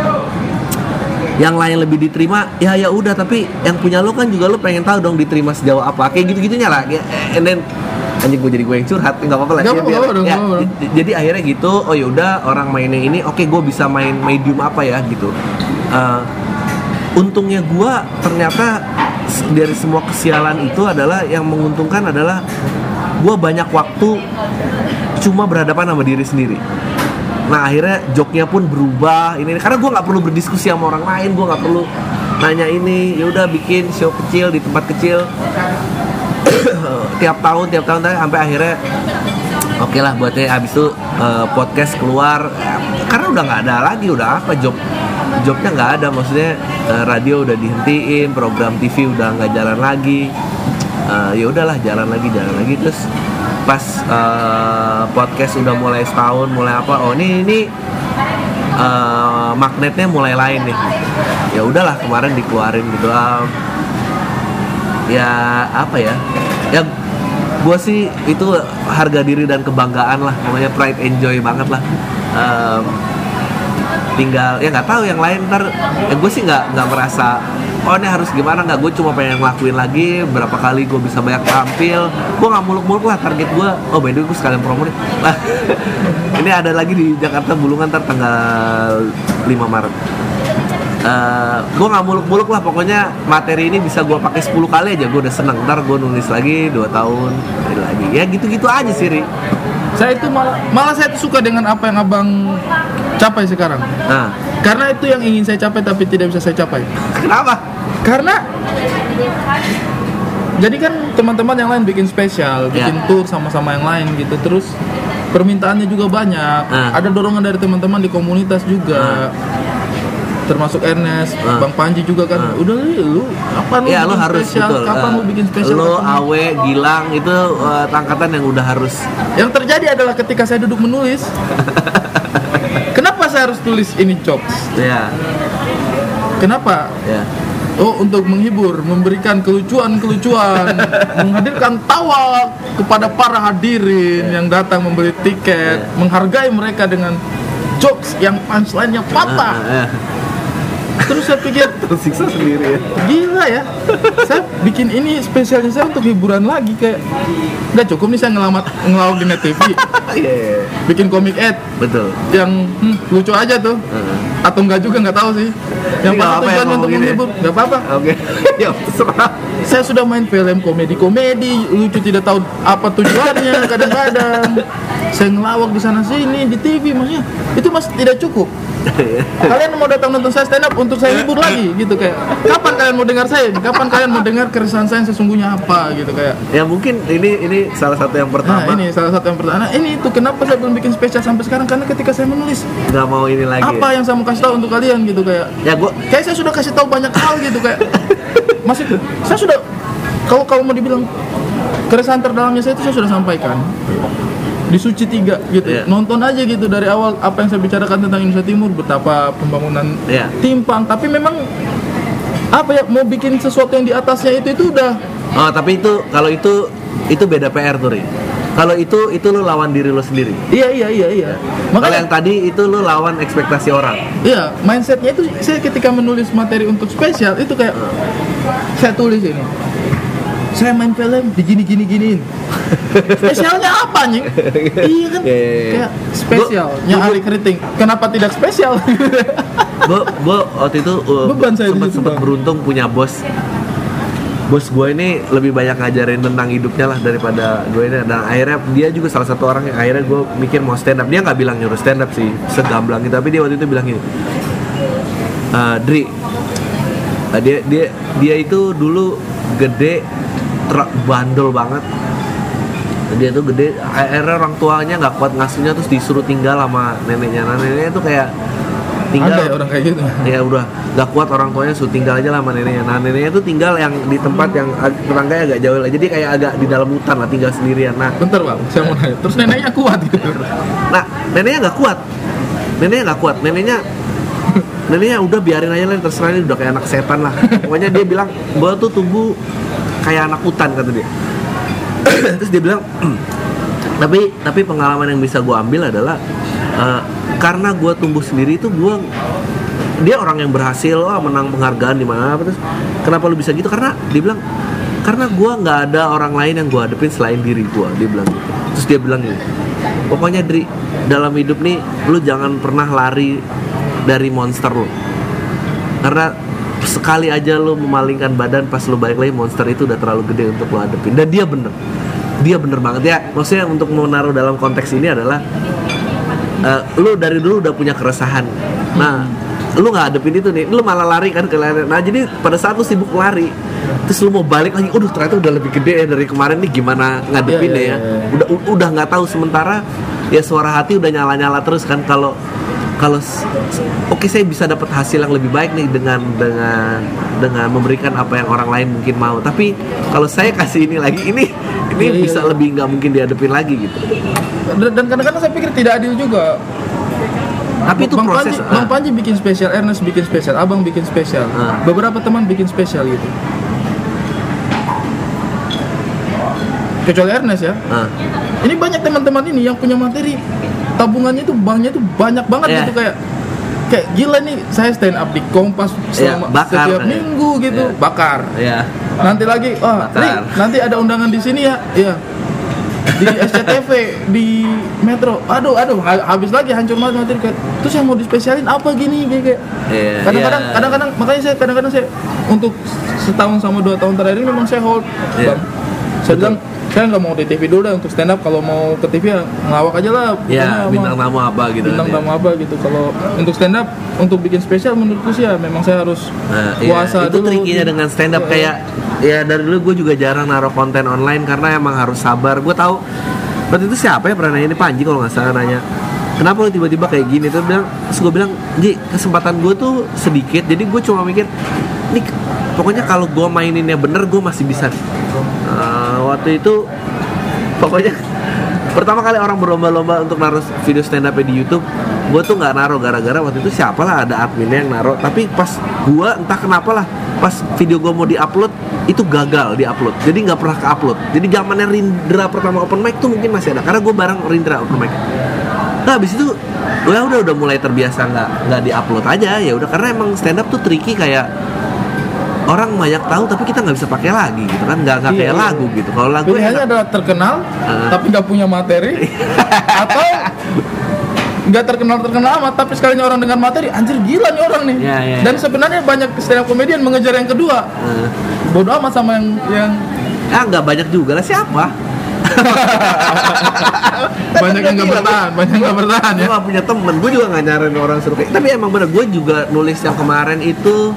yang lain lebih diterima, ya ya udah. Tapi yang punya lo kan juga lo pengen tahu dong diterima sejauh apa. Kayak gitu-gitunya lah. And then anjing gue jadi gue yang curhat, nggak apa-apa lah. Gak apa-apa, ya, dong, ya, apa-apa. j- jadi akhirnya gitu. Oh yaudah orang mainnya ini, oke gue bisa main medium apa ya gitu. Uh, untungnya gue ternyata dari semua kesialan itu adalah yang menguntungkan adalah gue banyak waktu cuma berhadapan sama diri sendiri. Nah akhirnya joke-nya pun berubah ini karena gue nggak perlu berdiskusi sama orang lain, gue nggak perlu nanya ini. Ya udah bikin show kecil di tempat kecil tiap tahun tiap tahun sampai akhirnya oke okay lah buatnya. Abis itu uh, podcast keluar karena udah nggak ada lagi, udah apa job jobnya nggak ada, maksudnya uh, radio udah dihentiin, program T V udah nggak jalan lagi. Uh, ya udahlah jalan lagi jalan lagi terus pas uh, podcast udah mulai setahun mulai apa, oh ini ini uh, magnetnya mulai lain nih. Ya udahlah kemarin dikeluarin gitu. Um, ya apa ya ya gue sih itu harga diri dan kebanggaan lah, namanya pride enjoy banget lah. Um, tinggal ya nggak tahu yang lain ntar ya gue sih nggak nggak merasa oh ini harus gimana, nggak, gue cuma pengen ngelakuin lagi berapa kali gue bisa banyak tampil. Gue nggak muluk-muluk lah, target gue oh by the way gue sekalian promo nih ini ada lagi di Jakarta Bulungan ntar tanggal lima Maret. Uh, gue nggak muluk-muluk lah, pokoknya materi ini bisa gue pakai sepuluh kali aja gue udah seneng. Ntar gue nulis lagi dua tahun lagi ya gitu-gitu aja sih Ri. Saya itu malah malah saya itu suka dengan apa yang abang capai sekarang. Nah, karena itu yang ingin saya capai tapi tidak bisa saya capai. Kenapa? Karena jadi kan teman-teman yang lain bikin spesial, bikin ya. tour sama-sama yang lain gitu, terus permintaannya juga banyak. Nah. Ada dorongan dari teman-teman di komunitas juga. Nah. Termasuk Ernest, uh. Bang Panji juga kan, uh. udah lu kapan lu ya, bikin harus, spesial, betul. kapan uh, lu bikin spesial, lu, Awe, Gilang, itu uh, tangkatan yang udah harus. Yang terjadi adalah ketika saya duduk menulis, kenapa saya harus tulis ini jokes? Ya. Kenapa? Ya. Oh, untuk menghibur, memberikan kelucuan-kelucuan, menghadirkan tawa kepada para hadirin yeah. yang datang membeli tiket, yeah. menghargai mereka dengan jokes yang punchline-nya patah. Uh, yeah. Terus saya pikir tersiksa sendiri ya. Gila ya. Saya bikin ini spesialnya saya untuk hiburan lagi, kayak nggak cukup nih saya ngelamat ngelawak di Net T V. yeah. Bikin komik ad. Betul. Yang hmm, lucu aja tuh. Uh. Atau enggak juga, nggak tahu sih. Yang pasti tujuan untuk menghibur, nggak apa-apa. Oke. Ya terserah. Saya sudah main film komedi-komedi, lucu tidak tahu apa tujuannya kadang-kadang. Saya ngelawak di sana sini di T V, maksudnya itu masih tidak cukup. Kalian mau datang nonton saya stand up untuk saya hibur lagi gitu, kayak kapan kalian mau dengar saya? Kapan kalian mau dengar keresahan saya yang sesungguhnya apa gitu, kayak. Ya mungkin ini ini salah satu yang pertama. Nah, ini salah satu yang pertama. Nah, ini itu kenapa saya belum bikin spesial sampai sekarang, karena ketika saya menulis nggak mau ini lagi. Apa yang saya mau kasih tahu untuk kalian gitu, kayak. Ya gua kayak saya sudah kasih tahu banyak hal gitu, kayak. Masih saya sudah kalau kalau mau dibilang keresahan terdalamnya saya itu saya sudah sampaikan di Suci tiga gitu. Yeah. Nonton aja gitu dari awal apa yang saya bicarakan tentang Indonesia Timur, betapa pembangunan yeah. timpang, tapi memang apa ya, mau bikin sesuatu yang di atasnya itu itu udah. Oh, tapi itu kalau itu itu beda P R tuh, Ri. Kalau itu itu lu lawan diri lu sendiri. Iya iya iya iya. Kalau yang tadi itu lu lawan ekspektasi orang. Iya, mindsetnya itu saya ketika menulis materi untuk spesial itu kayak saya tulis ini. Saya main film di gini gini giniin. Spesialnya apa nih? Iya kan? Yeah, yeah, yeah. Kayak spesialnya Ali Keriting. Kenapa tidak spesial? Gue gue waktu itu uh, Beban saya sempat di situ, sempat Bang. beruntung punya bos. Bos gue ini lebih banyak ngajarin tentang hidupnya lah daripada gue ini. Dan akhirnya dia juga salah satu orang yang akhirnya gue mikir mau stand up. Dia nggak bilang nyuruh stand up sih, segamblang gitu. Tapi dia waktu itu bilang gini, "Uh, Dri, uh, dia dia dia itu dulu gede, ter- bandel banget. Dia tuh gede, akhirnya orang tuanya nggak kuat ngasuhnya terus disuruh tinggal sama neneknya. Nah, neneknya tuh kayak tinggal Ada ya orang kayak gitu. ya udah nggak kuat orang tuanya suruh tinggal aja lah sama neneknya. Nah neneknya tuh tinggal yang di tempat yang ag- tetangganya agak jauh lah, jadi kayak agak di dalam hutan lah, tinggal sendirian. Nah Bentar bang, saya mau nanya. Terus neneknya kuat gitu. nah neneknya nggak kuat, neneknya nggak kuat, neneknya neneknya udah biarin aja lah, terserah, ini udah kayak anak setan lah. Pokoknya dia bilang gua tuh tumbuh kayak anak hutan kata dia. Terus dia bilang tapi tapi pengalaman yang bisa gua ambil adalah uh, karena gue tumbuh sendiri itu gue, dia orang yang berhasil, wah menang penghargaan di mana apa, terus kenapa lu bisa gitu, karena dia bilang karena gue nggak ada orang lain yang gue hadepin selain diri gue, dia bilang gitu. Terus dia bilang gini, pokoknya Dri, dalam hidup nih lu jangan pernah lari dari monster lu, karena sekali aja lu memalingkan badan pas lu balik lagi, monster itu udah terlalu gede untuk lu hadepin. Dan dia bener, dia bener banget ya. Maksudnya untuk menaruh dalam konteks ini adalah Uh, lu dari dulu udah punya keresahan. Nah, lu nggak hadepin itu nih, lu malah lari kan ke lari. Nah, jadi pada saat lu sibuk lari, terus lu mau balik lagi, udah ternyata udah lebih gede ya dari kemarin nih, gimana ngadepin Iya, ya? iya, iya. Udah u- udah nggak tahu, sementara ya suara hati udah nyala-nyala terus kan, kalau kalau s- s- oke saya bisa dapat hasil yang lebih baik nih dengan dengan dengan memberikan apa yang orang lain mungkin mau. Tapi kalau saya kasih ini lagi, ini ini Iya, iya, bisa iya. lebih nggak mungkin dihadepin lagi gitu. Dan dan kadang-kadang saya pikir tidak adil juga. Tapi itu Bang proses. Panji, ah. Bang Panji bikin spesial, Ernest bikin spesial, Abang bikin spesial, Ah. beberapa teman bikin spesial gitu. Kecuali Ernest ya. Ah. Ini banyak teman-teman ini yang punya materi, tabungannya itu banknya itu banyak banget Iya. gitu, kayak kayak gila nih, saya stand up di Kompas selama Iya, bakar. setiap minggu gitu, Iya. bakar. Ya. Nanti lagi, oh, Bakar. nih, nanti ada undangan di sini ya, iya. Di S C T V, di Metro. Aduh, aduh, ha- habis lagi hancur banget materi kayak. Terus yang mau dispesialin apa gini kayak kayak. Iya, Kadang-kadang, iya. kadang-kadang makanya saya kadang-kadang saya untuk setahun sama dua tahun terakhir ini memang saya hold. Iya. Bang. Saya bilang saya nggak mau di T V dulu dah untuk stand up, kalau mau ke T V ya ngawak aja lah. Ya, pokoknya bintang sama- tamu apa gitu bintang kan, ya. tamu apa gitu. Kalau untuk stand up, untuk bikin spesial menurutku sih ya memang saya harus Nah, iya, puasa itu dulu. trikinya dengan stand up. Iya. Kayak ya dari dulu gue juga jarang naruh konten online karena emang harus sabar. Gue tahu waktu itu siapa ya pernah nanya, ini Panji kalau nggak salah, nanya kenapa lu tiba-tiba kayak gini. Terus bilang, terus gue bilang, Ji, kesempatan gue tuh sedikit, jadi gue cuma mikir nih pokoknya kalau gue maininnya bener gue masih bisa. Nah, waktu itu pokoknya pertama kali orang berlomba-lomba untuk naruh video stand up di YouTube, gue tuh nggak naruh gara-gara waktu itu siapa lah, ada adminnya yang naruh. Tapi pas gue entah kenapa lah, pas video gue mau diupload itu gagal diupload, jadi nggak pernah ke-upload. Jadi zamannya Rindra pertama open mic tuh mungkin masih ada, karena gue bareng Rindra open mic. Nah habis itu ya udah udah mulai terbiasa nggak nggak diupload aja, ya udah, karena emang stand up tuh tricky, kayak orang banyak tahu tapi kita nggak bisa pakai lagi gitu kan, nggak nggak Iya, kayak iya. lagu gitu. Kalau lagu Pilihannya enak. adalah terkenal Ah. tapi nggak punya materi, atau nggak terkenal terkenal amat tapi sekalinya orang dengan materi, anjir gila nih orang nih. Ya, ya, Dan ya. sebenarnya banyak stand up comedian mengejar yang kedua, Eh, bodoh amat sama yang yang ah nggak banyak juga lah, siapa? banyak yang nggak bertahan, banyak yang nggak bertahan ya. Gue gak punya temen, gue juga gak nyaranin orang suruh kayak. Tapi emang bener, gue juga nulis yang kemarin itu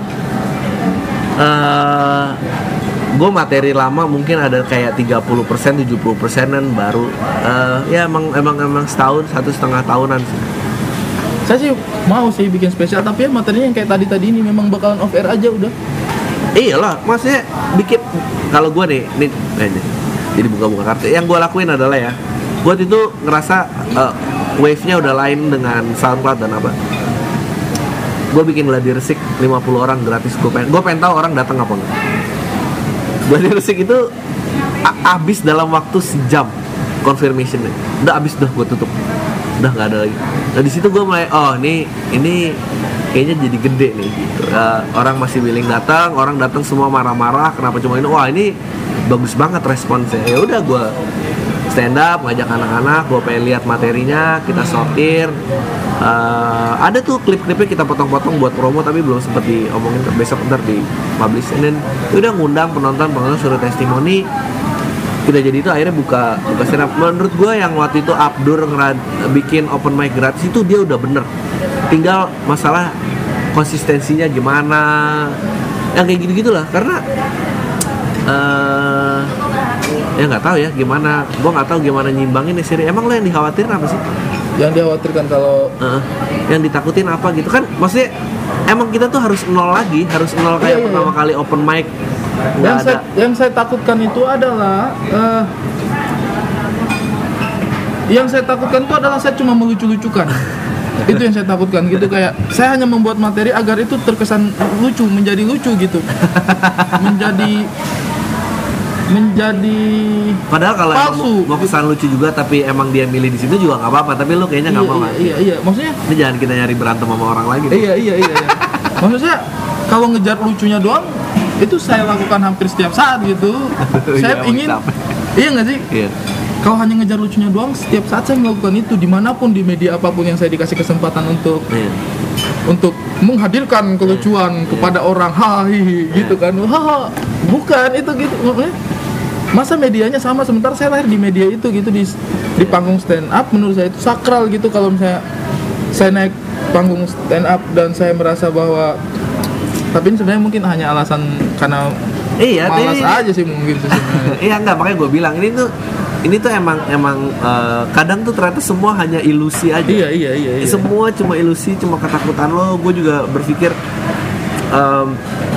eh gue materi lama mungkin ada kayak tiga puluh persen, tujuh puluh persenan baru. Eh ya emang emang emang setahun, satu setengah tahunan sih. Saya sih mau sih bikin spesial, tapi ya materinya yang kayak tadi-tadi ini memang bakalan off air aja udah. Iyalah, maksudnya bikin, kalau gue nih, nih, nah ini, jadi buka-buka kartu. Yang gue lakuin adalah ya, gue itu ngerasa eh, wave-nya udah lain dengan SoundCloud dan apa. gue bikin gladi resik lima puluh orang gratis. Gue pengen, gue pengen tahu orang datang apa enggak. Gladi resik itu a- abis dalam waktu sejam confirmationnya. Udah abis, udah gue tutup, udah nggak ada lagi. Nah di situ gue mulai, oh ini ini kayaknya jadi gede nih gitu. Uh, orang masih willing datang, orang datang semua marah-marah kenapa cuma ini. Wah ini bagus banget responsnya. Ya udah gue stand up, ngajak anak-anak, gue pengen lihat materinya, kita sortir. Uh, ada tuh klip-klipnya kita potong-potong buat promo tapi belum sempet diomongin, besok ntar di publish. Dan udah ngundang penonton, penonton suruh testimoni. Kita jadi itu akhirnya buka buka stand up. Menurut gue yang waktu itu Abdur ngerad, bikin open mic gratis itu dia udah bener. Tinggal masalah konsistensinya gimana, yang kayak gitu-gitulah. Karena uh, ya nggak tahu ya gimana, gue nggak tahu gimana nyimbangin nih seri. Emang lo yang dikhawatirin apa sih? Yang dikhawatirkan kalau uh, yang ditakutin apa gitu kan? Maksudnya emang kita tuh harus nol lagi, harus nol kayak iya, iya, pertama iya. kali open mic. yang Nggak saya, ada. yang saya takutkan itu adalah uh, yang saya takutkan itu adalah saya cuma melucu-lucukan. Itu yang saya takutkan gitu, kayak saya hanya membuat materi agar itu terkesan lucu, menjadi lucu gitu, menjadi menjadi Padahal kalau emang palsu. mau pesan lucu juga tapi emang dia milih di situ juga nggak apa-apa. Tapi lu kayaknya nggak iya, mau iya, kan? iya iya maksudnya Ini jangan kita nyari berantem sama orang lagi. iya iya iya, iya. Maksudnya kalau ngejar lucunya doang itu saya lakukan hampir setiap saat gitu. Saya Iya, ingin capek. iya nggak sih? Iya. Kalau hanya ngejar lucunya doang, setiap saat saya melakukan itu dimanapun di media apapun yang saya dikasih kesempatan untuk Iya. untuk menghadirkan kelucuan kepada orang, hahi gitu kan, haha, bukan itu gitu. Masa medianya sama, sementara saya lahir di media itu gitu, di di panggung stand up. Menurut saya itu sakral gitu. Kalau misalnya saya naik panggung stand up dan saya merasa bahwa, tapi ini sebenarnya mungkin hanya alasan karena Iya, malas tapi- aja sih mungkin sih sebenarnya. Iya enggak, makanya gue bilang ini tuh ini tuh emang emang uh, kadang tuh ternyata semua hanya ilusi aja. Iya iya iya. iya. Semua cuma ilusi, cuma ketakutan lo. Gue juga berpikir um,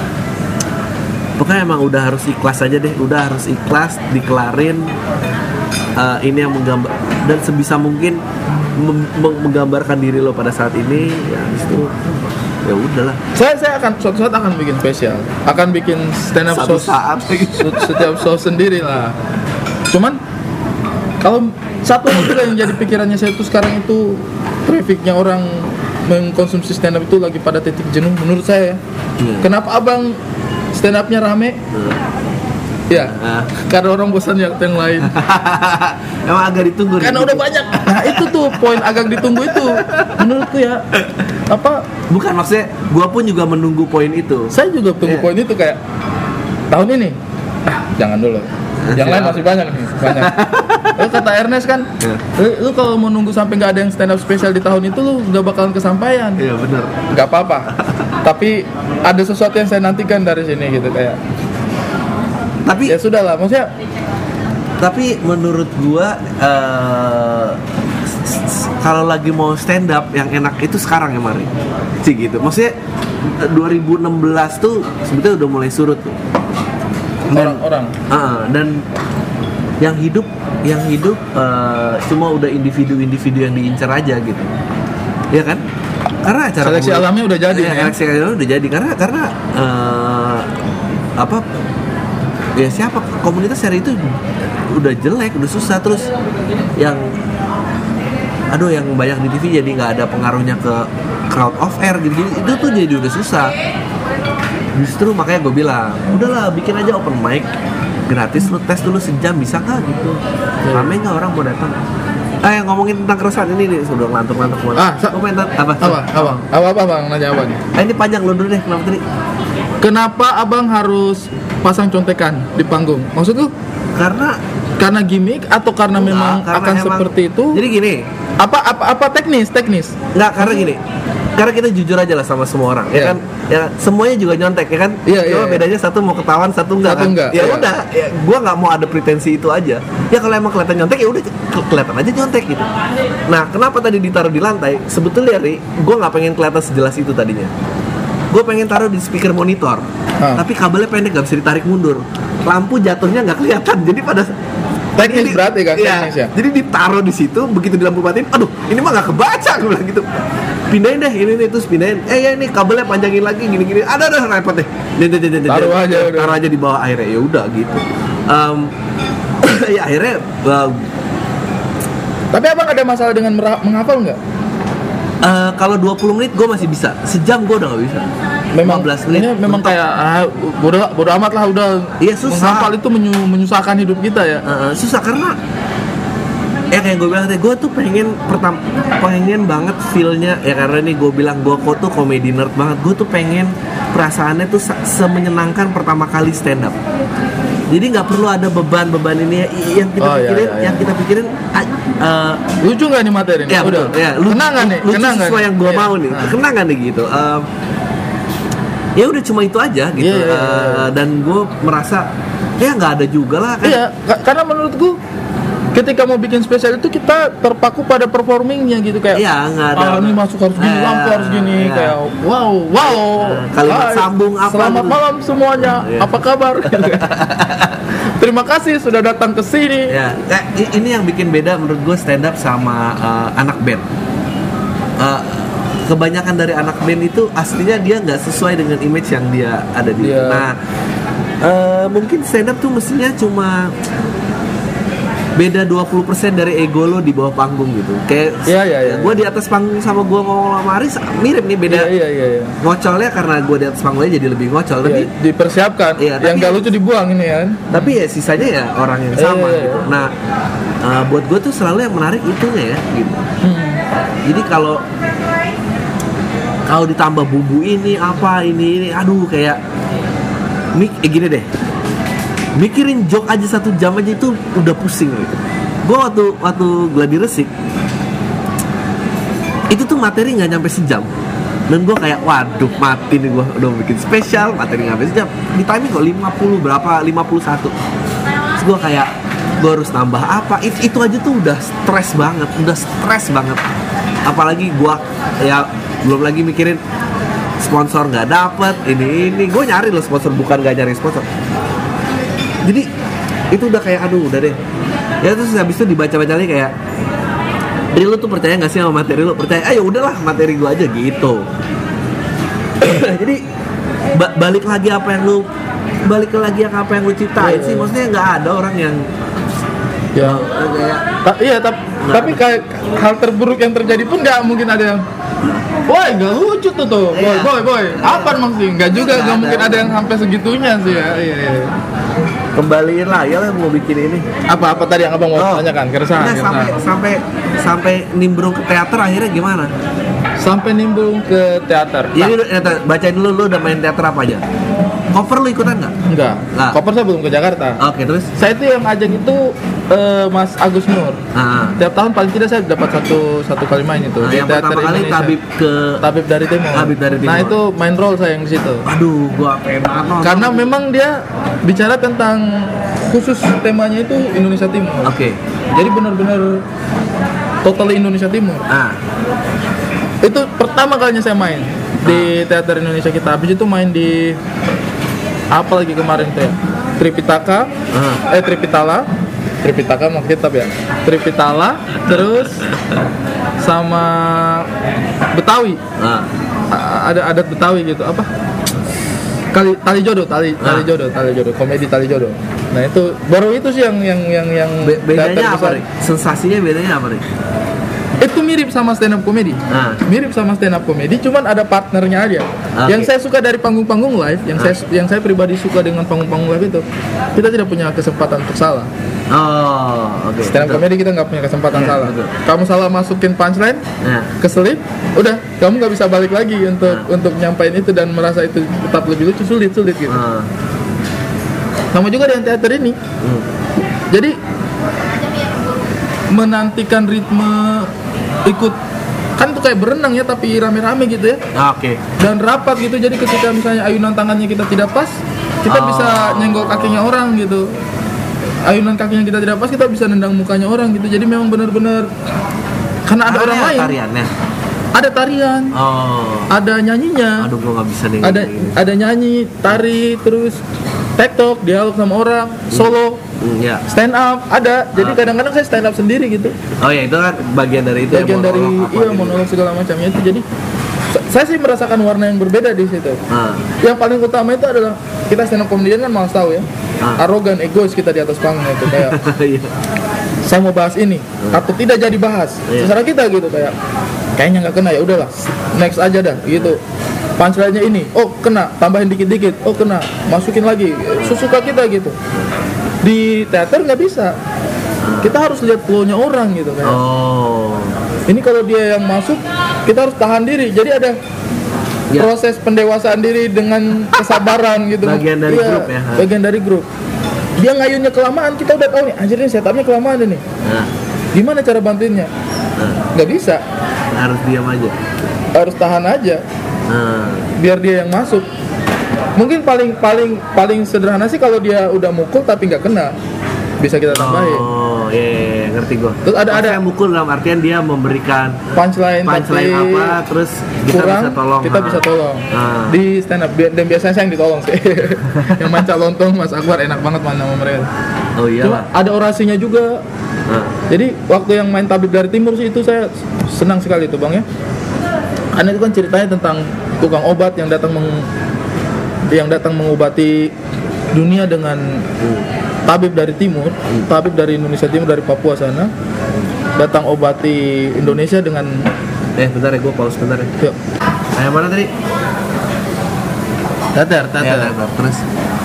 pokoknya emang udah harus ikhlas aja deh, udah harus ikhlas dikelarin. Uh, ini yang menggambar dan sebisa mungkin mem- mem- menggambarkan diri lo pada saat ini. Ya habis itu ya udahlah. Saya saya akan suatu saat akan bikin spesial, akan bikin stand up Satu show saat. se- setiap show sendiri lah. Cuman kalau satu hal juga yang jadi pikirannya saya tuh sekarang itu trafficnya orang mengkonsumsi stand up itu lagi pada titik jenuh menurut saya. Hmm. Kenapa abang stand upnya rame? Ya, Ah. karena orang bosan yang yang lain. Emang agak ditunggu. Karena nih. udah banyak. Nah itu tuh poin agak ditunggu itu. Menurutku ya. Apa? Bukan, maksudnya gue pun juga menunggu poin itu. Saya juga tunggu Iya. poin itu kayak tahun ini. Ah, jangan dulu. Yang lain masih banyak nih, banyak. Lu kata Ernest kan, Iya. lu, lu kalau mau nunggu sampai nggak ada yang stand up spesial di tahun itu lu nggak bakalan kesampaian. Iya benar. Nggak apa-apa. Tapi ada sesuatu yang saya nantikan dari sini gitu kayak. Tapi Ya sudah lah, maksudnya tapi menurut gua eh, s- s- kalau lagi mau stand up yang enak itu sekarang ya Mari. Sih gitu. Maksudnya eh, dua ribu enam belas tuh sebetulnya udah mulai surut tuh. Dan- orang-orang. Ah, dan yang hidup yang hidup eh, cuma udah individu-individu yang diincar aja gitu. Iya kan? Karena acara Seleksi komunitas- alamnya udah jadi, Iya, ya? seleksi alamnya udah jadi karena karena eh, apa ya siapa komunitas hari itu udah jelek, udah susah, terus yang aduh yang banyak di T V jadi nggak ada pengaruhnya ke crowd of air gitu, itu tuh jadi udah susah. Justru makanya gue bilang udahlah bikin aja open mic gratis, lu tes dulu sejam bisa nggak gitu, rame nggak orang mau datang. Eh ngomongin tentang keresahan ini nih sudah ngelantur-ngelantur kemana? Ah, sa- Ngomongin tentang- apa? Apa? Apa? Apa apa Bang? Nanya apa nih? Ah, ini panjang lu dulu deh, kenapa tadi? Kenapa abang harus pasang contekan di panggung? Maksud lu Karena karena gimmick atau karena memang Enggak, karena akan emang- seperti itu? Jadi gini, apa apa apa teknis teknis? nggak karena gini, karena kita jujur aja lah sama semua orang, ya Iya. kan? Ya semuanya juga nyontek, ya kan? Iya, Cuma iya, bedanya satu mau ketahuan, satu enggak. Satu kan? enggak, Ya iya. udah, ya, gua nggak mau ada pretensi itu aja. Ya kalau emang kelihatan nyontek ya udah ke- kelihatan aja nyontek gitu. Nah, kenapa tadi ditaruh di lantai? Sebetulnya Ri, gua nggak pengen kelihatan sejelas itu tadinya. Gue pengen taruh di speaker monitor, Ah. tapi kabelnya pendek, nggak bisa ditarik mundur. Lampu jatuhnya nggak kelihatan, jadi pada Teknis Jadi- berarti kan, iya, teknis ya? Jadi ditaruh di situ, begitu di lampu matiin, aduh ini mah nggak kebaca, gue bilang gitu. Pindahin deh ini nih, terus pindahin. Eh ya ini kabelnya panjangin lagi gini-gini. Ada ada repot deh. Deh, deh, deh, deh, deh. Taruh aja udah. Taruh aja di bawah airnya, ya udah gitu. Em, ya akhirnya uh, Tapi abang ada masalah dengan merah- menghafal nggak? uh, kalau dua puluh menit gue masih bisa, sejam gue udah nggak bisa. Memang lima belas menit ini memang mentok. kayak ah, bodoh bodoh amat lah udah. Iya, susah. Menghafal itu menyu- menyusahkan hidup kita ya. Uh, susah karena ya kayak gue bilang tadi, gue tuh pengen pertam pengen banget feel-nya ya, karena ini gue bilang gue kok tuh komedi nerd banget. Gue tuh pengen perasaannya tuh se- semenyenangkan pertama kali stand up. Jadi nggak perlu ada beban-beban ini ya, yang kita Oh, iya, pikirin, iya, iya. yang kita pikirin ah, uh, Lucu nggak nih materi ini? ya Udah. betul, ya lu, Kena nggak nih? lucu Kena nggak sesuai nih? yang gue Iya. mau nih, Nah. kena nggak nih gitu. Um, ya udah cuma itu aja gitu. Iya, iya, iya, Uh, iya. dan gue merasa ya nggak ada juga lah kan. Iya, ka- karena menurutku ketika mau bikin spesial itu kita terpaku pada performingnya gitu kayak. Iya, nggak ada. Ah, ini masuk harus gini, Eh, lampu harus gini, iya. kayak wow, wow. Kalimat Hai, sambung apa Selamat gitu. malam semuanya. Iya. Apa kabar? Terima kasih sudah datang ke sini. Ya, kayak i- ini yang bikin beda menurut gue stand up sama uh, anak band. Uh, kebanyakan dari anak band itu aslinya dia nggak sesuai dengan image yang dia ada di. Iya. Nah, uh, mungkin stand up tuh mestinya cuma beda dua puluh persen dari ego lo di bawah panggung gitu. Kayak Iya, iya, iya. gue di atas panggung sama gue ngomong sama Aris mirip nih, beda. Iya, iya, iya, iya. Ngocolnya karena gue di atas panggungnya jadi lebih ngocol, tapi Iya, dipersiapkan. Iya, yang tapi- gak lucu dibuang ini kan. tapi ya sisanya ya orang yang sama Iya, iya, gitu. iya. Nah, uh, buat gue tuh selalu yang menarik itunya ya gitu. Hmm. Jadi kalau kalau ditambah bumbu ini apa ini ini, aduh kayak mik eh, gini deh. Mikirin joke aja satu jam aja itu udah pusing gitu. Gue waktu waktu gladi resik itu tuh materi nggak nyampe sejam. Dan gue kayak waduh mati nih, gue udah bikin spesial materi nggak nyampe sejam. Di timing kok lima puluh berapa lima puluh satu. Terus gue kayak gue harus nambah apa, It, itu aja tuh udah stres banget, udah stres banget. Apalagi gue ya belum lagi mikirin sponsor nggak dapet, ini ini gue nyari loh sponsor, bukan nggak nyari sponsor. Jadi itu udah kayak aduh udah deh. Ya terus habis itu dibaca-baca lagi kayak, Dri lu tuh percaya nggak sih sama materi lu? Percaya, ayo udahlah materi gue aja gitu. Jadi ba- balik lagi apa yang lu balik lagi apa yang lu ciptain sih, maksudnya nggak ada orang yang Ya. kayak Ta- iya, tap- tapi kayak hal terburuk yang terjadi pun nggak mungkin ada yang boy, nggak lucu tuh tuh, boy, Iya. boy, boy, apa maksudnya? Nggak juga, Nggak nggak ada. mungkin ada yang sampai segitunya sih ya. Iya, iya. kembaliin lah ya lah mau bikin ini. Apa apa tadi yang abang mau tanyakan? Keresahan, Nah, sampai keresahan. sampai sampai nimbrung ke teater akhirnya gimana? Sampai nimbrung ke teater. Jadi lu, ya, bacain dulu lu udah main teater apa aja? Cover lu ikutan nggak? Enggak. Nah. Koper saya belum ke Jakarta. Oke terus? Saya itu yang ajak itu eh, Mas Agus Nur. Nah, Tiap tahun paling tidak saya dapat satu satu kali main itu nah di yang teater pertama kali Indonesia. Tabib ke Tabib dari Timur. Tabib dari Timur. Nah itu main role saya yang di situ. aduh gua pengen banget nonton. Karena memang dia bicara tentang khusus temanya itu Indonesia Timur. Oke. Jadi benar-benar totally Indonesia Timur. Nah, Itu pertama kalinya saya main di teater Indonesia kita. Habis itu main di apa lagi kemarin tuh ya? Tripitaka, Ah. eh Tripitala, Tripitaka mau kitab ya. Tripitala, terus sama Betawi. nah. A- ada adat Betawi gitu apa? Kali tali jodoh, tali tali Ah. jodoh, tali jodoh, komedi tali jodoh. Nah itu baru itu sih yang yang yang yang Be- bedanya teater apa besar. nih? Sensasinya bedanya apa nih? Itu mirip sama stand up comedy. Nah. Mirip sama stand up comedy, cuman ada partnernya aja. Oke. Yang saya suka dari panggung-panggung live, yang saya yang saya pribadi suka dengan panggung-panggung live itu, kita tidak punya kesempatan untuk salah. Oh, oke. Stand up betul. comedy kita nggak punya kesempatan Iya, salah. betul. Kamu salah masukin punchline, Nah, keselip, udah kamu nggak bisa balik lagi untuk Nah. untuk nyampain itu dan merasa itu tetap lebih lucu, sulit sulit gitu. nah. Sama juga dengan teater ini. Hmm. Jadi menantikan ritme ikut kan itu kayak berenang ya tapi rame-rame gitu ya. Ah, Oke. Dan rapat gitu, jadi ketika misalnya ayunan tangannya kita tidak pas, kita Oh. bisa nyenggol kakinya orang gitu. Ayunan kakinya kita tidak pas, kita bisa nendang mukanya orang gitu. Jadi memang benar-benar karena ada orang Ada lain, tariannya. ada tarian, Oh. ada nyanyinya, Aduh, gua nggak bisa nih. ada gini. ada nyanyi, tari, terus TikTok, dialog sama orang, solo, Hmm, ya. stand up, ada. Jadi Ah. kadang-kadang saya stand up sendiri gitu. Oh ya itu kan bagian dari itu. Bagian ya, dari monolog apa iya gitu. monolog segala macamnya itu. Jadi sa- saya sih merasakan warna yang berbeda di situ. Ah. Yang paling utama itu adalah kita stand up comedian kan malas tahu ya. Ah. Arogan, egois kita di atas panggung itu kayak Iya. saya mau bahas ini atau tidak jadi bahas. Iya. Terserah kita gitu kayak kayaknya nggak kena ya udahlah. Next aja dah gitu. Punchline-nya ini, oh kena, tambahin dikit-dikit, oh kena, masukin lagi, sesuka kita gitu. Di teater nggak bisa, kita harus lihat flow-nya orang gitu kayak. Oh. Ini kalau dia yang masuk, kita harus tahan diri. Jadi ada Ya. proses pendewasaan diri dengan kesabaran gitu. Bagian dari Iya, grup ya. Bagian dari grup. Dia ngayunnya kelamaan, kita udah tahu nih, anjir nih setupnya kelamaan ini. Nah, Gimana cara bantuinnya? nah, Nggak bisa, harus diam aja. harus tahan aja. Nah, Biar dia yang masuk. Mungkin paling paling paling sederhana sih kalau dia udah mukul tapi nggak kena, bisa kita tambahin. oh, iya, iya, iya, ngerti gua. Terus ada- ada- Maksudnya mukul dalam artian dia memberikan Punchline, punchline tapi apa, terus kita kurang, bisa tolong. kita Ah. bisa tolong. Ah. Di stand up Bi- dan biasanya saya yang ditolong sih. Yang manca lontong Mas Akbar enak banget main sama mereka. Oh iya Cuma lah. ada orasinya juga. Ah. Jadi waktu yang main tabib dari timur sih itu saya senang sekali tuh Bang ya. Karena itu kan ceritanya tentang tukang obat yang datang meng, yang datang mengobati dunia dengan tabib dari timur, tabib dari Indonesia Timur, dari Papua sana, datang obati Indonesia dengan Eh, bentar ya, gua pause bentar ya. yuk, Nah, yang mana tadi? teater, Ya, teater. teater. Terus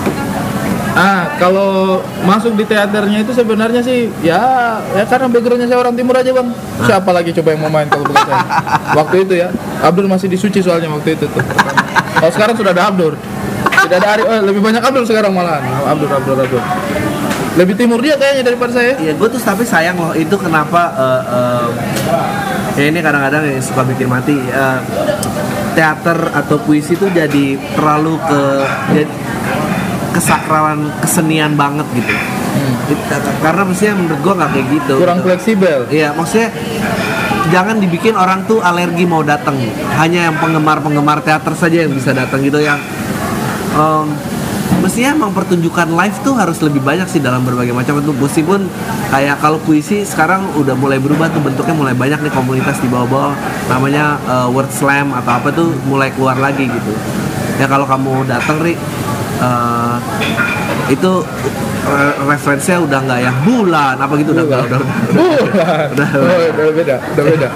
Ah, kalau masuk di teaternya itu sebenarnya sih ya ya karena backgroundnya saya orang timur aja Bang. Siapa lagi coba yang mau main kalau bukan saya? Waktu itu ya, Abdur masih disuci soalnya waktu itu tuh. Kalau sekarang sudah ada Abdur. Tidak ada Ari, oh, lebih banyak Abdur sekarang malahan. Abdur, Abdur, Abdur. Lebih timur dia kayaknya daripada saya. Iya, gue tuh tapi sayang loh itu kenapa eh, eh, ya ini kadang-kadang yang suka bikin mati eh, teater atau puisi tuh jadi terlalu ke jadi kesakralan kesenian banget gitu. It- Karena mestinya menurut gue nggak kayak gitu. Kurang gitu. fleksibel. Iya, maksudnya jangan dibikin orang tuh alergi mau datang. Hanya yang penggemar-penggemar teater saja yang bisa datang gitu yang em, mestinya emang pertunjukan live tuh harus lebih banyak sih dalam berbagai macam bentuk. Meskipun kayak kalau puisi sekarang udah mulai berubah tuh bentuknya mulai banyak nih komunitas di bawah-bawah namanya eh, word slam atau apa tuh mulai keluar lagi gitu. Ya kalau kamu datang Ri eh, itu re- referensinya udah nggak yang bulan apa gitu udah nggak udah, udah, Bukan. Udah. Oh, udah beda, udah beda.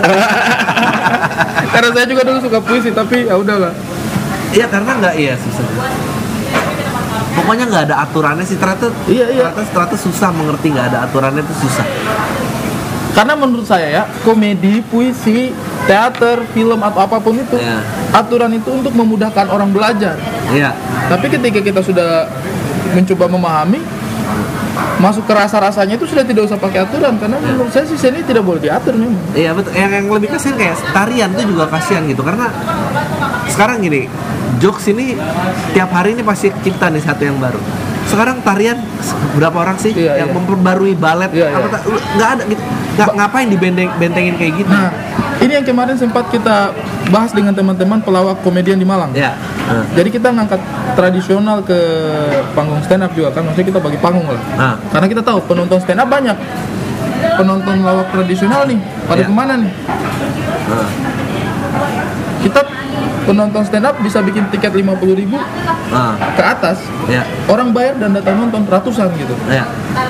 Karena saya juga dulu suka puisi tapi ya udahlah. Iya karena nggak iya susah. Pokoknya nggak ada aturannya sih ternyata. Iya, iya. Ternyata, ternyata susah mengerti nggak ada aturannya itu susah. Karena menurut saya ya, komedi, puisi, teater, film atau apapun itu, Iya. aturan itu untuk memudahkan orang belajar. Iya. Tapi ketika kita sudah mencoba memahami, masuk ke rasa-rasanya itu sudah tidak usah pakai aturan. Karena menurut saya sih seni tidak boleh diatur memang. Iya betul. Yang yang lebih kasihan kayak tarian tuh juga kasihan gitu karena sekarang gini jokes ini tiap hari ini pasti cipta nih satu yang baru. Sekarang tarian berapa orang sih Iya, yang iya. memperbarui balet Iya, apa iya. ta- nggak ada gitu nggak ngapain dibenteng bentengin kayak gitu. Nah, ini yang kemarin sempat kita bahas dengan teman-teman pelawak komedian di Malang. Ya. Nah. Jadi kita ngangkat tradisional ke panggung stand up juga kan, maksudnya kita bagi panggung lah. Nah. Karena kita tahu penonton stand up banyak, penonton lawak tradisional nih, pada Ya. kemana nih? Nah. Kita penonton stand up bisa bikin tiket lima puluh ribu Nah. ke atas, Ya. orang bayar dan datang nonton ratusan gitu. Ya.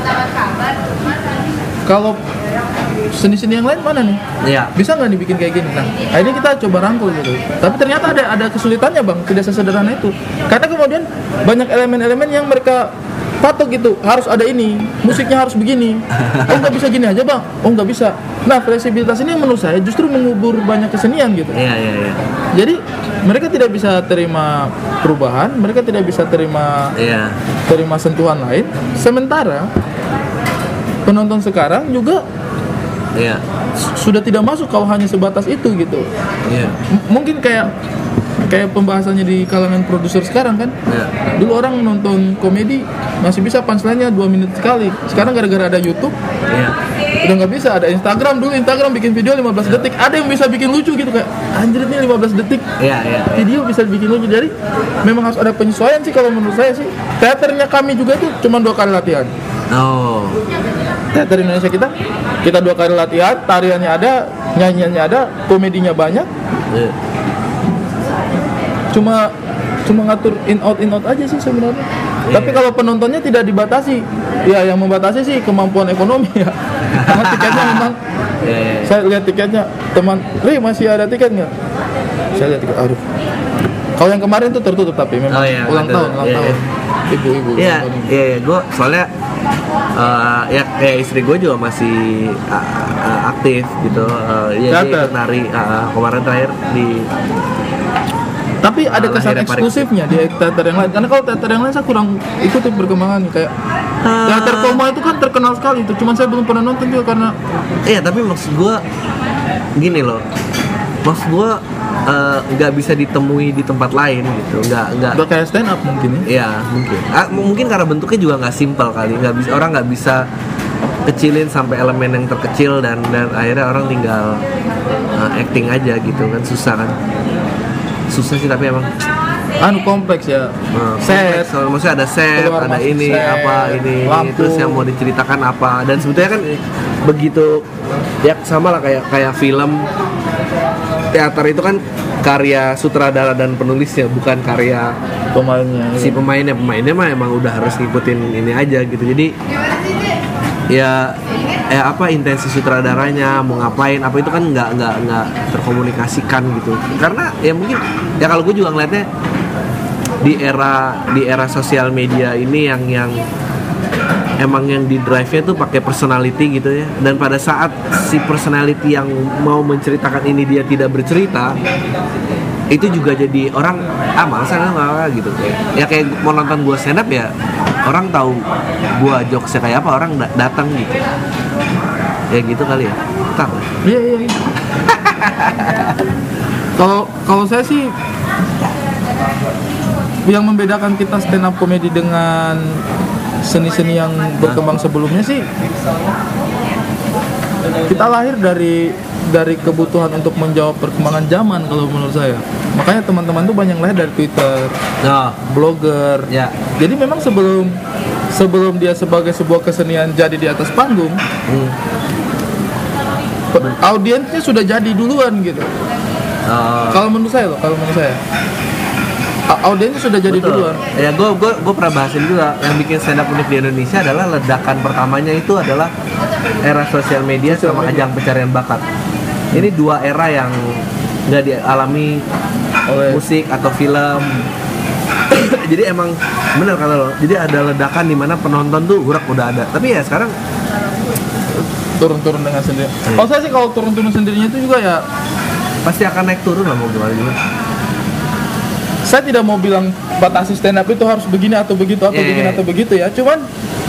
Kalau seni-seni yang lain mana nih? Ya. Bisa nggak dibikin kayak gini? Nah, akhirnya kita coba rangkul gitu. Tapi ternyata ada ada kesulitannya bang, tidak sesederhana itu. Karena kemudian banyak elemen-elemen yang mereka patok gitu, harus ada ini, musiknya harus begini. Oh nggak bisa gini aja bang? Oh nggak bisa. Nah fleksibilitas ini menurut saya justru mengubur banyak kesenian gitu. Iya, iya, iya. Jadi mereka tidak bisa terima perubahan, mereka tidak bisa terima Iya. terima sentuhan lain. Sementara penonton sekarang juga Iya. sudah tidak masuk kalau hanya sebatas itu gitu. Iya. M- mungkin kayak kayak pembahasannya di kalangan produser sekarang kan. Ya. Dulu orang nonton komedi masih bisa punchline-nya dua menit sekali. Sekarang gara-gara ada YouTube, Iya. udah nggak bisa. Ada Instagram, dulu Instagram bikin video lima belas detik. Ada yang bisa bikin lucu gitu kayak anjir ini lima belas detik. Iya, iya. Video bisa bikin lucu. Jadi memang harus ada penyesuaian sih kalau menurut saya sih. Teaternya kami juga tuh cuma dua kali latihan. Oh. Teater Indonesia kita kita dua kali latihan, tariannya ada, nyanyiannya ada, komedinya banyak. Iya. Cuma cuma ngatur in out in out aja sih sebenarnya. Iya. Tapi kalau penontonnya tidak dibatasi, ya yang membatasi sih kemampuan ekonomi ya. Karena tiketnya memang, Iya, iya. saya lihat tiketnya, teman, Ri masih ada tiket nggak? Saya lihat tiket, aduh. Kalau yang kemarin tuh tertutup tapi memang Oh, iya, ulang betul. tahun, ulang Iya, tahun. Ibu-ibu. Iya, ulang tahun. iya, gue soalnya uh, ya kayak istri gue juga masih uh, uh, aktif gitu. Uh, ya dia Teater. ikut nari uh, kemarin terakhir di. Tapi ada Malah kesan akhirnya parik. eksklusifnya di teater yang lain. Karena kalau teater yang lain saya kurang ikuti perkembangan nih kayak Ah. teater Koma itu kan terkenal sekali itu. Cuman saya belum pernah nonton juga karena Iya, tapi maksud gue gini loh, maksud gue uh, nggak bisa ditemui di tempat lain gitu, nggak nggak. udah kayak stand up mungkin ya. Iya mungkin, ah, m- mungkin karena bentuknya juga nggak simpel kali, nggak bisa orang nggak bisa kecilin sampai elemen yang terkecil dan dan akhirnya orang tinggal uh, acting aja gitu kan, susah kan, susah sih tapi emang Anu kompleks ya. uh, Set. kompleks. So, maksudnya ada set, Keluar ada masuk ini set, apa ini, lampu. terus yang mau diceritakan apa, dan sebetulnya kan begitu ya sama lah kayak kayak film. Teater itu kan karya sutradara dan penulisnya, bukan karya Pemainnya. si pemainnya. Pemainnya mah emang udah harus ngikutin ini aja gitu. Jadi ya eh apa intensi sutradaranya mau ngapain apa itu kan nggak nggak nggak terkomunikasikan gitu. Karena ya mungkin ya kalau gue juga ngeliatnya di era di era sosial media ini yang yang emang yang di drive-nya tuh pakai personality gitu ya. Dan pada saat si personality yang mau menceritakan ini dia tidak bercerita, itu juga jadi orang ah malasan lah gitu. Ya kayak mau nonton gua stand up ya, orang tahu gua jokesnya kayak apa, orang da- datang gitu. Ya gitu kali ya. Tahu. Iya iya. iya. Kalau kalau saya sih yang membedakan kita stand up comedy dengan seni-seni yang berkembang sebelumnya sih, kita lahir dari dari kebutuhan untuk menjawab perkembangan zaman kalau menurut saya. Makanya teman-teman tuh banyak lahir dari Twitter, Nah, blogger. ya. Jadi memang sebelum sebelum dia sebagai sebuah kesenian jadi di atas panggung, Hmm. pe- audiensnya sudah jadi duluan gitu. Uh, Kalau menurut saya loh, kalau menurut saya. A- audiensnya sudah jadi betul. duluan. Ya gue gue gue pernah bahasin juga yang bikin stand up unik di Indonesia adalah ledakan pertamanya itu adalah era sosial media sama ajang pencarian bakat. Ini dua era yang nggak dialami Oleh- musik atau film. Jadi emang bener kata lo. Jadi ada ledakan di mana penonton tuh urak udah ada. Tapi ya sekarang Turun-turun dengan sendiri. Kalau saya sih kalau turun-turun sendirinya itu juga ya, pasti akan naik turun lah mau gimana juga. saya tidak mau bilang batasi stand up itu harus begini atau begitu atau Yeah. begini atau begitu ya. Cuman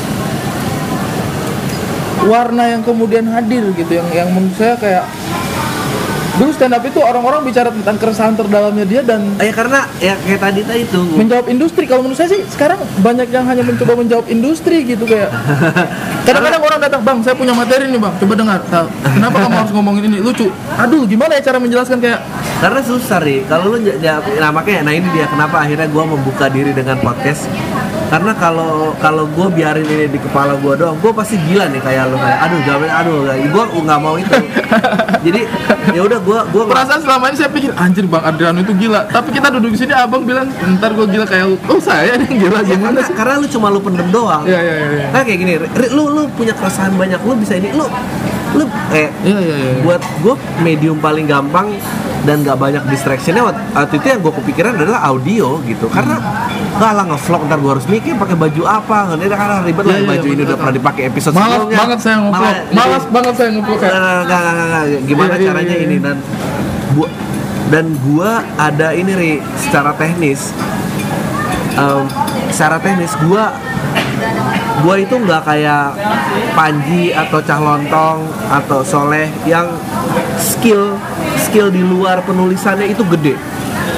warna yang kemudian hadir gitu yang yang menurut saya kayak dulu stand up itu orang-orang bicara tentang keresahan terdalamnya dia dan Ya karena ya kayak tadi tadi itu. menjawab industri. Kalau menurut saya sih sekarang banyak yang hanya mencoba menjawab industri gitu kayak. Kadang-kadang orang datang, "Bang, saya punya materi nih, Bang. Coba dengar." Tahu, kenapa kamu harus ngomongin ini? Lucu. Aduh, gimana ya cara menjelaskan kayak Karena susah nih, kalau lu j- j- nah makanya, nah ini dia kenapa akhirnya gue membuka diri dengan podcast. Karena kalau kalau gue biarin ini di kepala gue doang, gue pasti gila nih kayak lu kayak, aduh jawabin, aduh, gue nggak mau itu. Jadi ya udah gue gue perasaan selama ini saya pikir anjir Bang Adriano itu gila. Tapi kita duduk di sini abang bilang ntar gue gila kayak lu. Oh saya yang gila gimana sih? karena lu cuma lu pendem doang. Iya iya iya. Nah kayak gini, Ri, lu lu punya keresahan banyak, lu bisa ini, lu lu eh Iya iya iya. buat gue medium paling gampang dan gak banyak distractionnya waktu waktu itu yang gue kepikiran adalah audio gitu. Karena nggak lah nge-vlog ntar gue harus mikir pakai baju apa, nggak ada karena ribet lah Iya, iya, baju ini betul, udah betul. pernah dipakai episode Malas sebelumnya. banget saya ngevlog. Malah- Malas banget saya ngevlog kayak. Nggak, nggak, nggak, nggak, nggak. Gimana Iya, iya, caranya iya, iya. ini dan gua dan gua ada ini Ri, secara teknis em, secara teknis gua gua itu nggak kayak Panji atau Cah Lontong atau Soleh yang skill skill di luar penulisannya itu gede.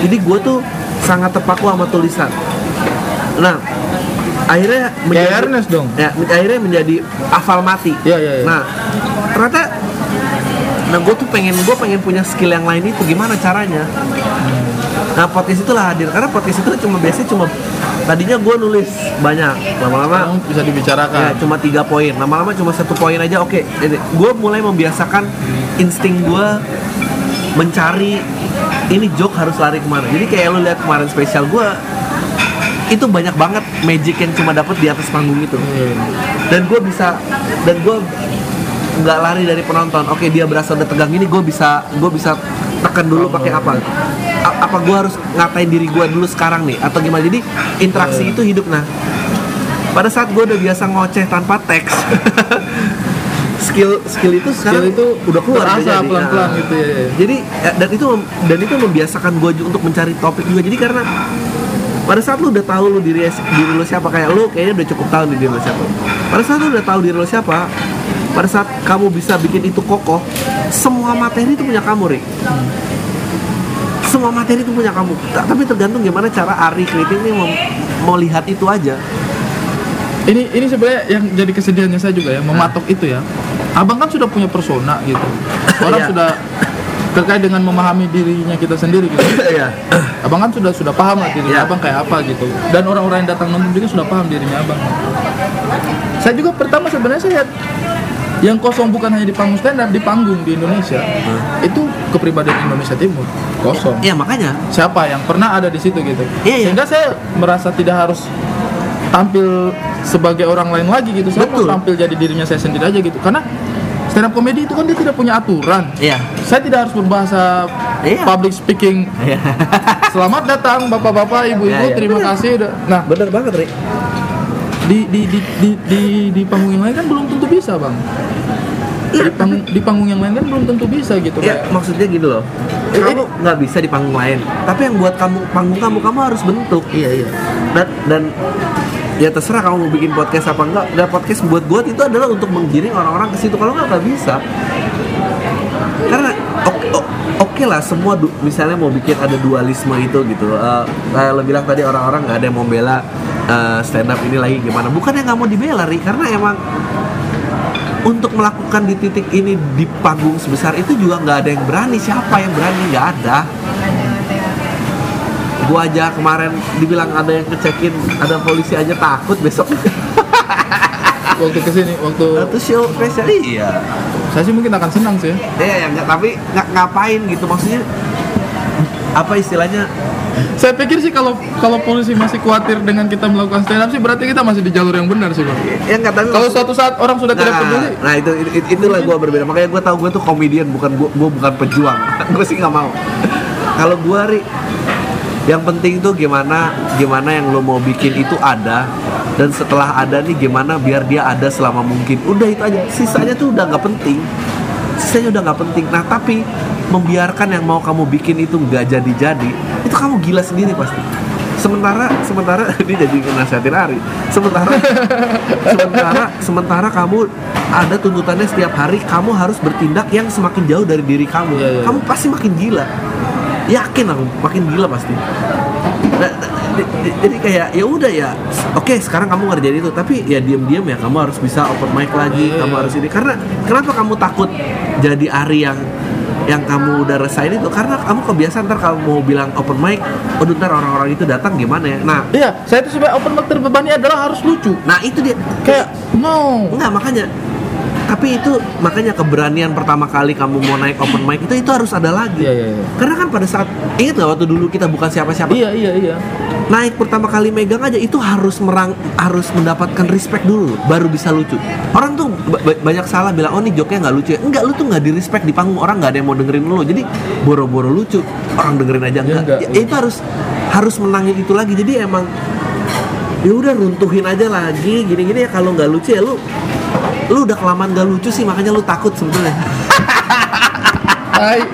Jadi gue tuh sangat terpaku sama tulisan. Nah, akhirnya menjadi Kayak Ernest dong. Ya, akhirnya menjadi hafal mati. Iya, iya, iya. Nah, ternyata nah gue tuh pengen gue pengen punya skill yang lain itu gimana caranya. Nah, podcast itulah hadir karena podcast itu cuma biasanya cuma tadinya gue nulis banyak, lama-lama Sekarang bisa dibicarakan. ya cuma tiga poin, lama-lama cuma satu poin aja. Oke, gue mulai membiasakan insting gue mencari ini joke harus lari kemana. Jadi kayak lo lihat kemarin spesial gue itu banyak banget magic yang cuma dapet di atas panggung itu. Dan gue bisa dan gue nggak lari dari penonton. Oke, dia berasa udah tegang ini, gue bisa gue bisa tekan dulu pakai apa? A- apa gue harus ngatain diri gue dulu sekarang nih atau gimana? Jadi interaksi itu hidup. Nah, pada saat gue udah biasa ngoceh tanpa teks, skill skill itu sekarang Skill itu udah keluar terasa udah jadi. pelan-pelan Nah, gitu ya. Jadi ya, dan itu dan itu membiasakan gue juga untuk mencari topik juga. Jadi karena pada saat lu udah tahu lu diri diri lu siapa, kayak lu kayaknya udah cukup tahu nih diri lu siapa. Pada saat lu udah tahu diri lu siapa, pada saat kamu bisa bikin itu kokoh, semua materi itu punya kamu, Rik. Semua materi itu punya kamu. Ta- Tapi tergantung gimana cara Ari Kritik ini mau, mau lihat itu aja. Ini ini sebenarnya yang jadi kesedihannya saya juga ya, mematok itu ya. Abang kan sudah punya persona gitu. Orang Iya. sudah terkait dengan memahami dirinya kita sendiri gitu. Iya. Abang kan sudah sudah paham lah dirinya Iya. abang kayak apa gitu. Dan orang-orang yang datang nonton juga sudah paham dirinya abang. Saya juga pertama sebenarnya saya lihat yang kosong bukan hanya di panggung stand up, di panggung di Indonesia. Itu kepribadian Indonesia Timur kosong. Iya, makanya. Siapa yang pernah ada di situ gitu. Iya, iya. Sehingga saya merasa tidak harus tampil sebagai orang lain lagi gitu. Saya Betul. mau tampil jadi dirinya saya sendiri aja gitu. Karena stand up comedy itu kan dia tidak punya aturan. Iya. Saya tidak harus berbahasa Iya. public speaking. Iya. Selamat datang bapak-bapak, ibu-ibu, Iya, iya. terima Benar. kasih udah. Nah, Bener banget, Rik. di di di di di, di panggung yang lain kan belum tentu bisa, Bang. Di panggung, di panggung yang lain kan belum tentu bisa gitu Ya, kayak. maksudnya gitu loh. Kamu nggak bisa di panggung lain. Tapi yang buat kamu panggung kamu kamu harus bentuk. Iya, iya. Dan dan ya terserah kamu mau bikin podcast apa enggak. Dan podcast buat buat itu adalah untuk menggiring orang-orang ke situ. Kalau nggak nggak bisa. Karena oke oke lah semua du- misalnya mau bikin ada dualisme itu gitu. Eh, kayak lo bilang tadi orang-orang nggak ada yang mau bela eh, stand up ini lagi gimana. Bukan yang nggak mau dibela, Ri, karena emang untuk melakukan di titik ini di panggung sebesar itu juga nggak ada yang berani. Siapa yang berani? Nggak ada. Gua aja kemarin dibilang ada yang ngecekin, ada polisi aja takut besok. Waktu kesini, waktu Itu show spesial. Iya. saya sih mungkin akan senang sih. Iya, ya, nggak, tapi nggak ngapain gitu maksudnya? Apa istilahnya? Saya pikir sih kalau kalau polisi masih khawatir dengan kita melakukan stand up sih berarti kita masih di jalur yang benar sih, Bang. Ya nggak, tapi Kalau maksud- suatu saat orang sudah tidak peduli, Nah itu, itu itulah gue berbeda. Makanya gue tahu gue tuh komedian, bukan gue gue bukan pejuang. Gue sih nggak mau. Kalau gue, Ri, yang penting tuh gimana gimana yang lo mau bikin itu ada, dan setelah ada nih gimana biar dia ada selama mungkin. Udah itu aja. Sisanya tuh udah nggak penting. Sisanya udah nggak penting. Nah tapi membiarkan yang mau kamu bikin itu nggak jadi-jadi, itu kamu gila sendiri pasti. Sementara sementara ini jadi nasihatin Ari. Sementara sementara sementara kamu ada tuntutannya setiap hari kamu harus bertindak yang semakin jauh dari diri kamu. Iya, iya, Kamu pasti makin gila. Yakin aku makin gila pasti. Nah, di- di- jadi kayak ya udah ya. Oke, sekarang kamu ngerjain itu, tapi ya diam-diam ya kamu harus bisa open mic lagi. Iya, Kamu iya. harus ini karena kenapa kamu takut jadi Ari yang yang kamu udah rasain itu? Karena kamu kebiasaan ntar kamu mau bilang open mic, oh ntar orang-orang itu datang gimana ya? Nah, iya, saya itu sebenarnya open mic terbebani adalah harus lucu. nah itu dia. Kayak no. Enggak, makanya. Tapi itu makanya keberanian pertama kali kamu mau naik open mic itu itu harus ada lagi. Iya, iya, iya. Karena kan pada saat ingat nggak waktu dulu kita bukan siapa-siapa, Iya, iya, iya. naik pertama kali megang aja itu harus merang harus mendapatkan respect dulu baru bisa lucu. Orang tuh ba- ba- banyak salah bilang oh nih joknya nggak lucu ya. Enggak, lu tuh nggak di respect di panggung, orang nggak ada yang mau dengerin lu. Jadi boro-boro lucu orang dengerin aja enggak. enggak. Ya, itu harus harus menangin itu lagi. Jadi emang ya udah runtuhin aja lagi gini-gini ya. Kalau nggak lucu ya lu lu udah kelamaan nggak lucu sih, makanya lu takut sebetulnya. Hai.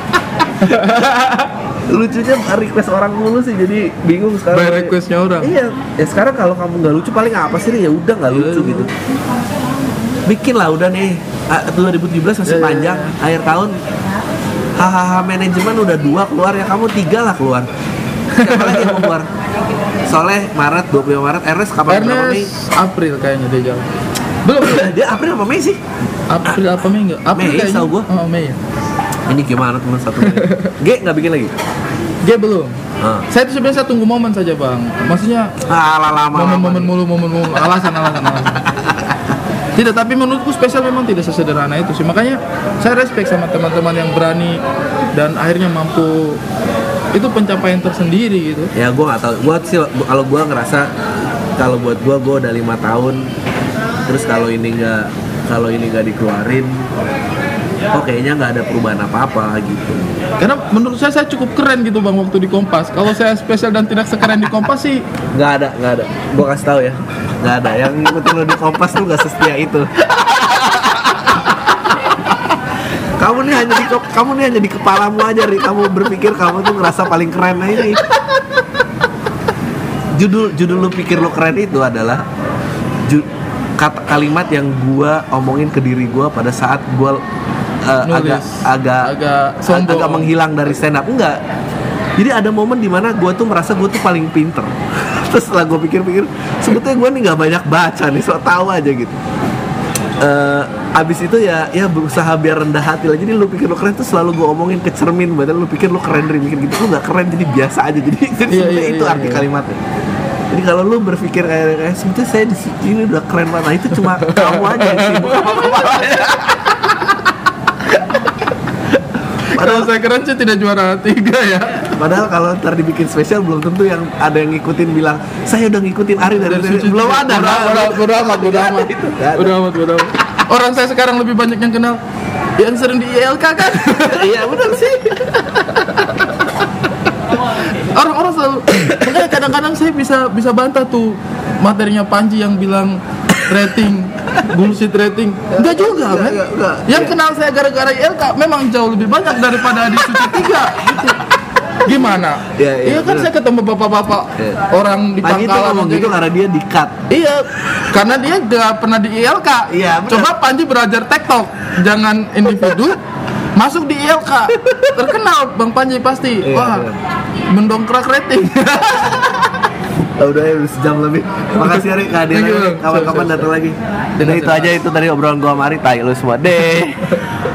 Lucunya request orang mulu sih, jadi bingung sekarang. By requestnya orang. Iya, ya sekarang kalau kamu nggak lucu paling apa sih? Ya udah nggak Iya, lucu iya. gitu. Bikin lah udah nih. Ah, dua ribu tujuh belas masih Iya, iya, panjang, iya. akhir tahun hahaha manajemen udah dua keluar ya, kamu tiga lah keluar. Siapa lagi yang mau keluar? Soleh Maret, dua puluh lima Maret, Ernest kapan berapa Mei? Ernest April kayaknya dia jalan. Belum, Dia April apa Mei sih? April apa Mei enggak? April Mei, kayaknya. tahu gua. Oh, Mei. Ini gimana teman satu Mei? G nggak bikin lagi? Dia belum. Ah. Saya tuh sebenarnya saya tunggu momen saja, Bang. Maksudnya Ah, lama momen-momen mulu, momen mulu, alasan, alasan, alasan. Tidak, tapi menurutku spesial memang tidak sesederhana itu sih. Makanya saya respect sama teman-teman yang berani dan akhirnya mampu. Itu pencapaian tersendiri gitu. Ya gue nggak tahu. Gue sih kalau gue ngerasa kalau buat gue gue udah lima tahun. Terus kalau ini nggak kalau ini nggak dikeluarin, kok kayaknya nggak ada perubahan apa-apa gitu. Karena menurut saya saya cukup keren gitu Bang waktu di Kompas. Kalau saya spesial dan tidak sekeren di Kompas sih Nggak ada, nggak ada. Gue kasih tahu ya, nggak ada. Yang ngikutin lo di Kompas tuh nggak sesetia itu. Kamu nih hanya di kamu nih hanya di kepalamu aja, Ri. Kamu berpikir kamu tuh ngerasa paling keren. Nah ini judul judul lu pikir lu keren itu adalah ju, kata kalimat yang gua omongin ke diri gua pada saat gua uh, agak agak agak sombong, agak menghilang dari stand up. Enggak. Jadi ada momen dimana gue tuh merasa gue tuh paling pinter. Terus setelah gue pikir-pikir, sebetulnya gue nih nggak banyak baca nih, so tahu aja gitu. Uh, abis itu ya ya berusaha biar rendah hati lah. Jadi lu pikir lu keren tuh selalu gue omongin ke cermin, padahal lu pikir lu keren, Ri, mikir gitu. Lu nggak keren, jadi biasa aja. Jadi, jadi iya, sebenarnya iya, itu iya, arti iya. kalimatnya. Jadi kalau lu berpikir kayak, kayak sebetulnya saya di sini udah keren banget, nah itu cuma kamu aja yang sibuk apa-apa. Padahal saya keren sih tidak juara tiga ya. Padahal kalau ntar dibikin spesial belum tentu yang ada yang ngikutin bilang saya udah ngikutin Ari dari, dari Suci belum tiga. ada. Udah, udah, udah amat, udah amat, Itu nggak ada. udah amat, udah amat. Orang saya sekarang lebih banyak yang kenal yang sering di I L K kan. Iya benar sih. Orang-orang selalu, makanya kadang-kadang saya bisa bisa bantah tuh materinya Panji yang bilang rating bullshit rating. Enggak juga, Enggak, men. enggak, enggak. Yang Iya. kenal saya gara-gara I L K memang jauh lebih banyak daripada di Suci tiga gitu. Gimana? Iya, iya, Iya kan bener. saya ketemu bapak-bapak Iya. orang di Panji tuh Pangkalan ngomong kayak gitu karena dia di-cut. Iya, karena dia gak pernah di I L K. Iya, benar. Coba Panji belajar TikTok, jangan individu, masuk di I L K. Terkenal Bang Panji pasti. Iya, Wah, benar. mendongkrak rating. Oh, udah ya udah sejam lebih. Makasih Ari Thank you, kehadirannya. Bang. Kapan-kapan Siap, siap, datang siap. lagi. Jadi itu aja itu tadi obrolan gua sama Ari, tai lu semua deh.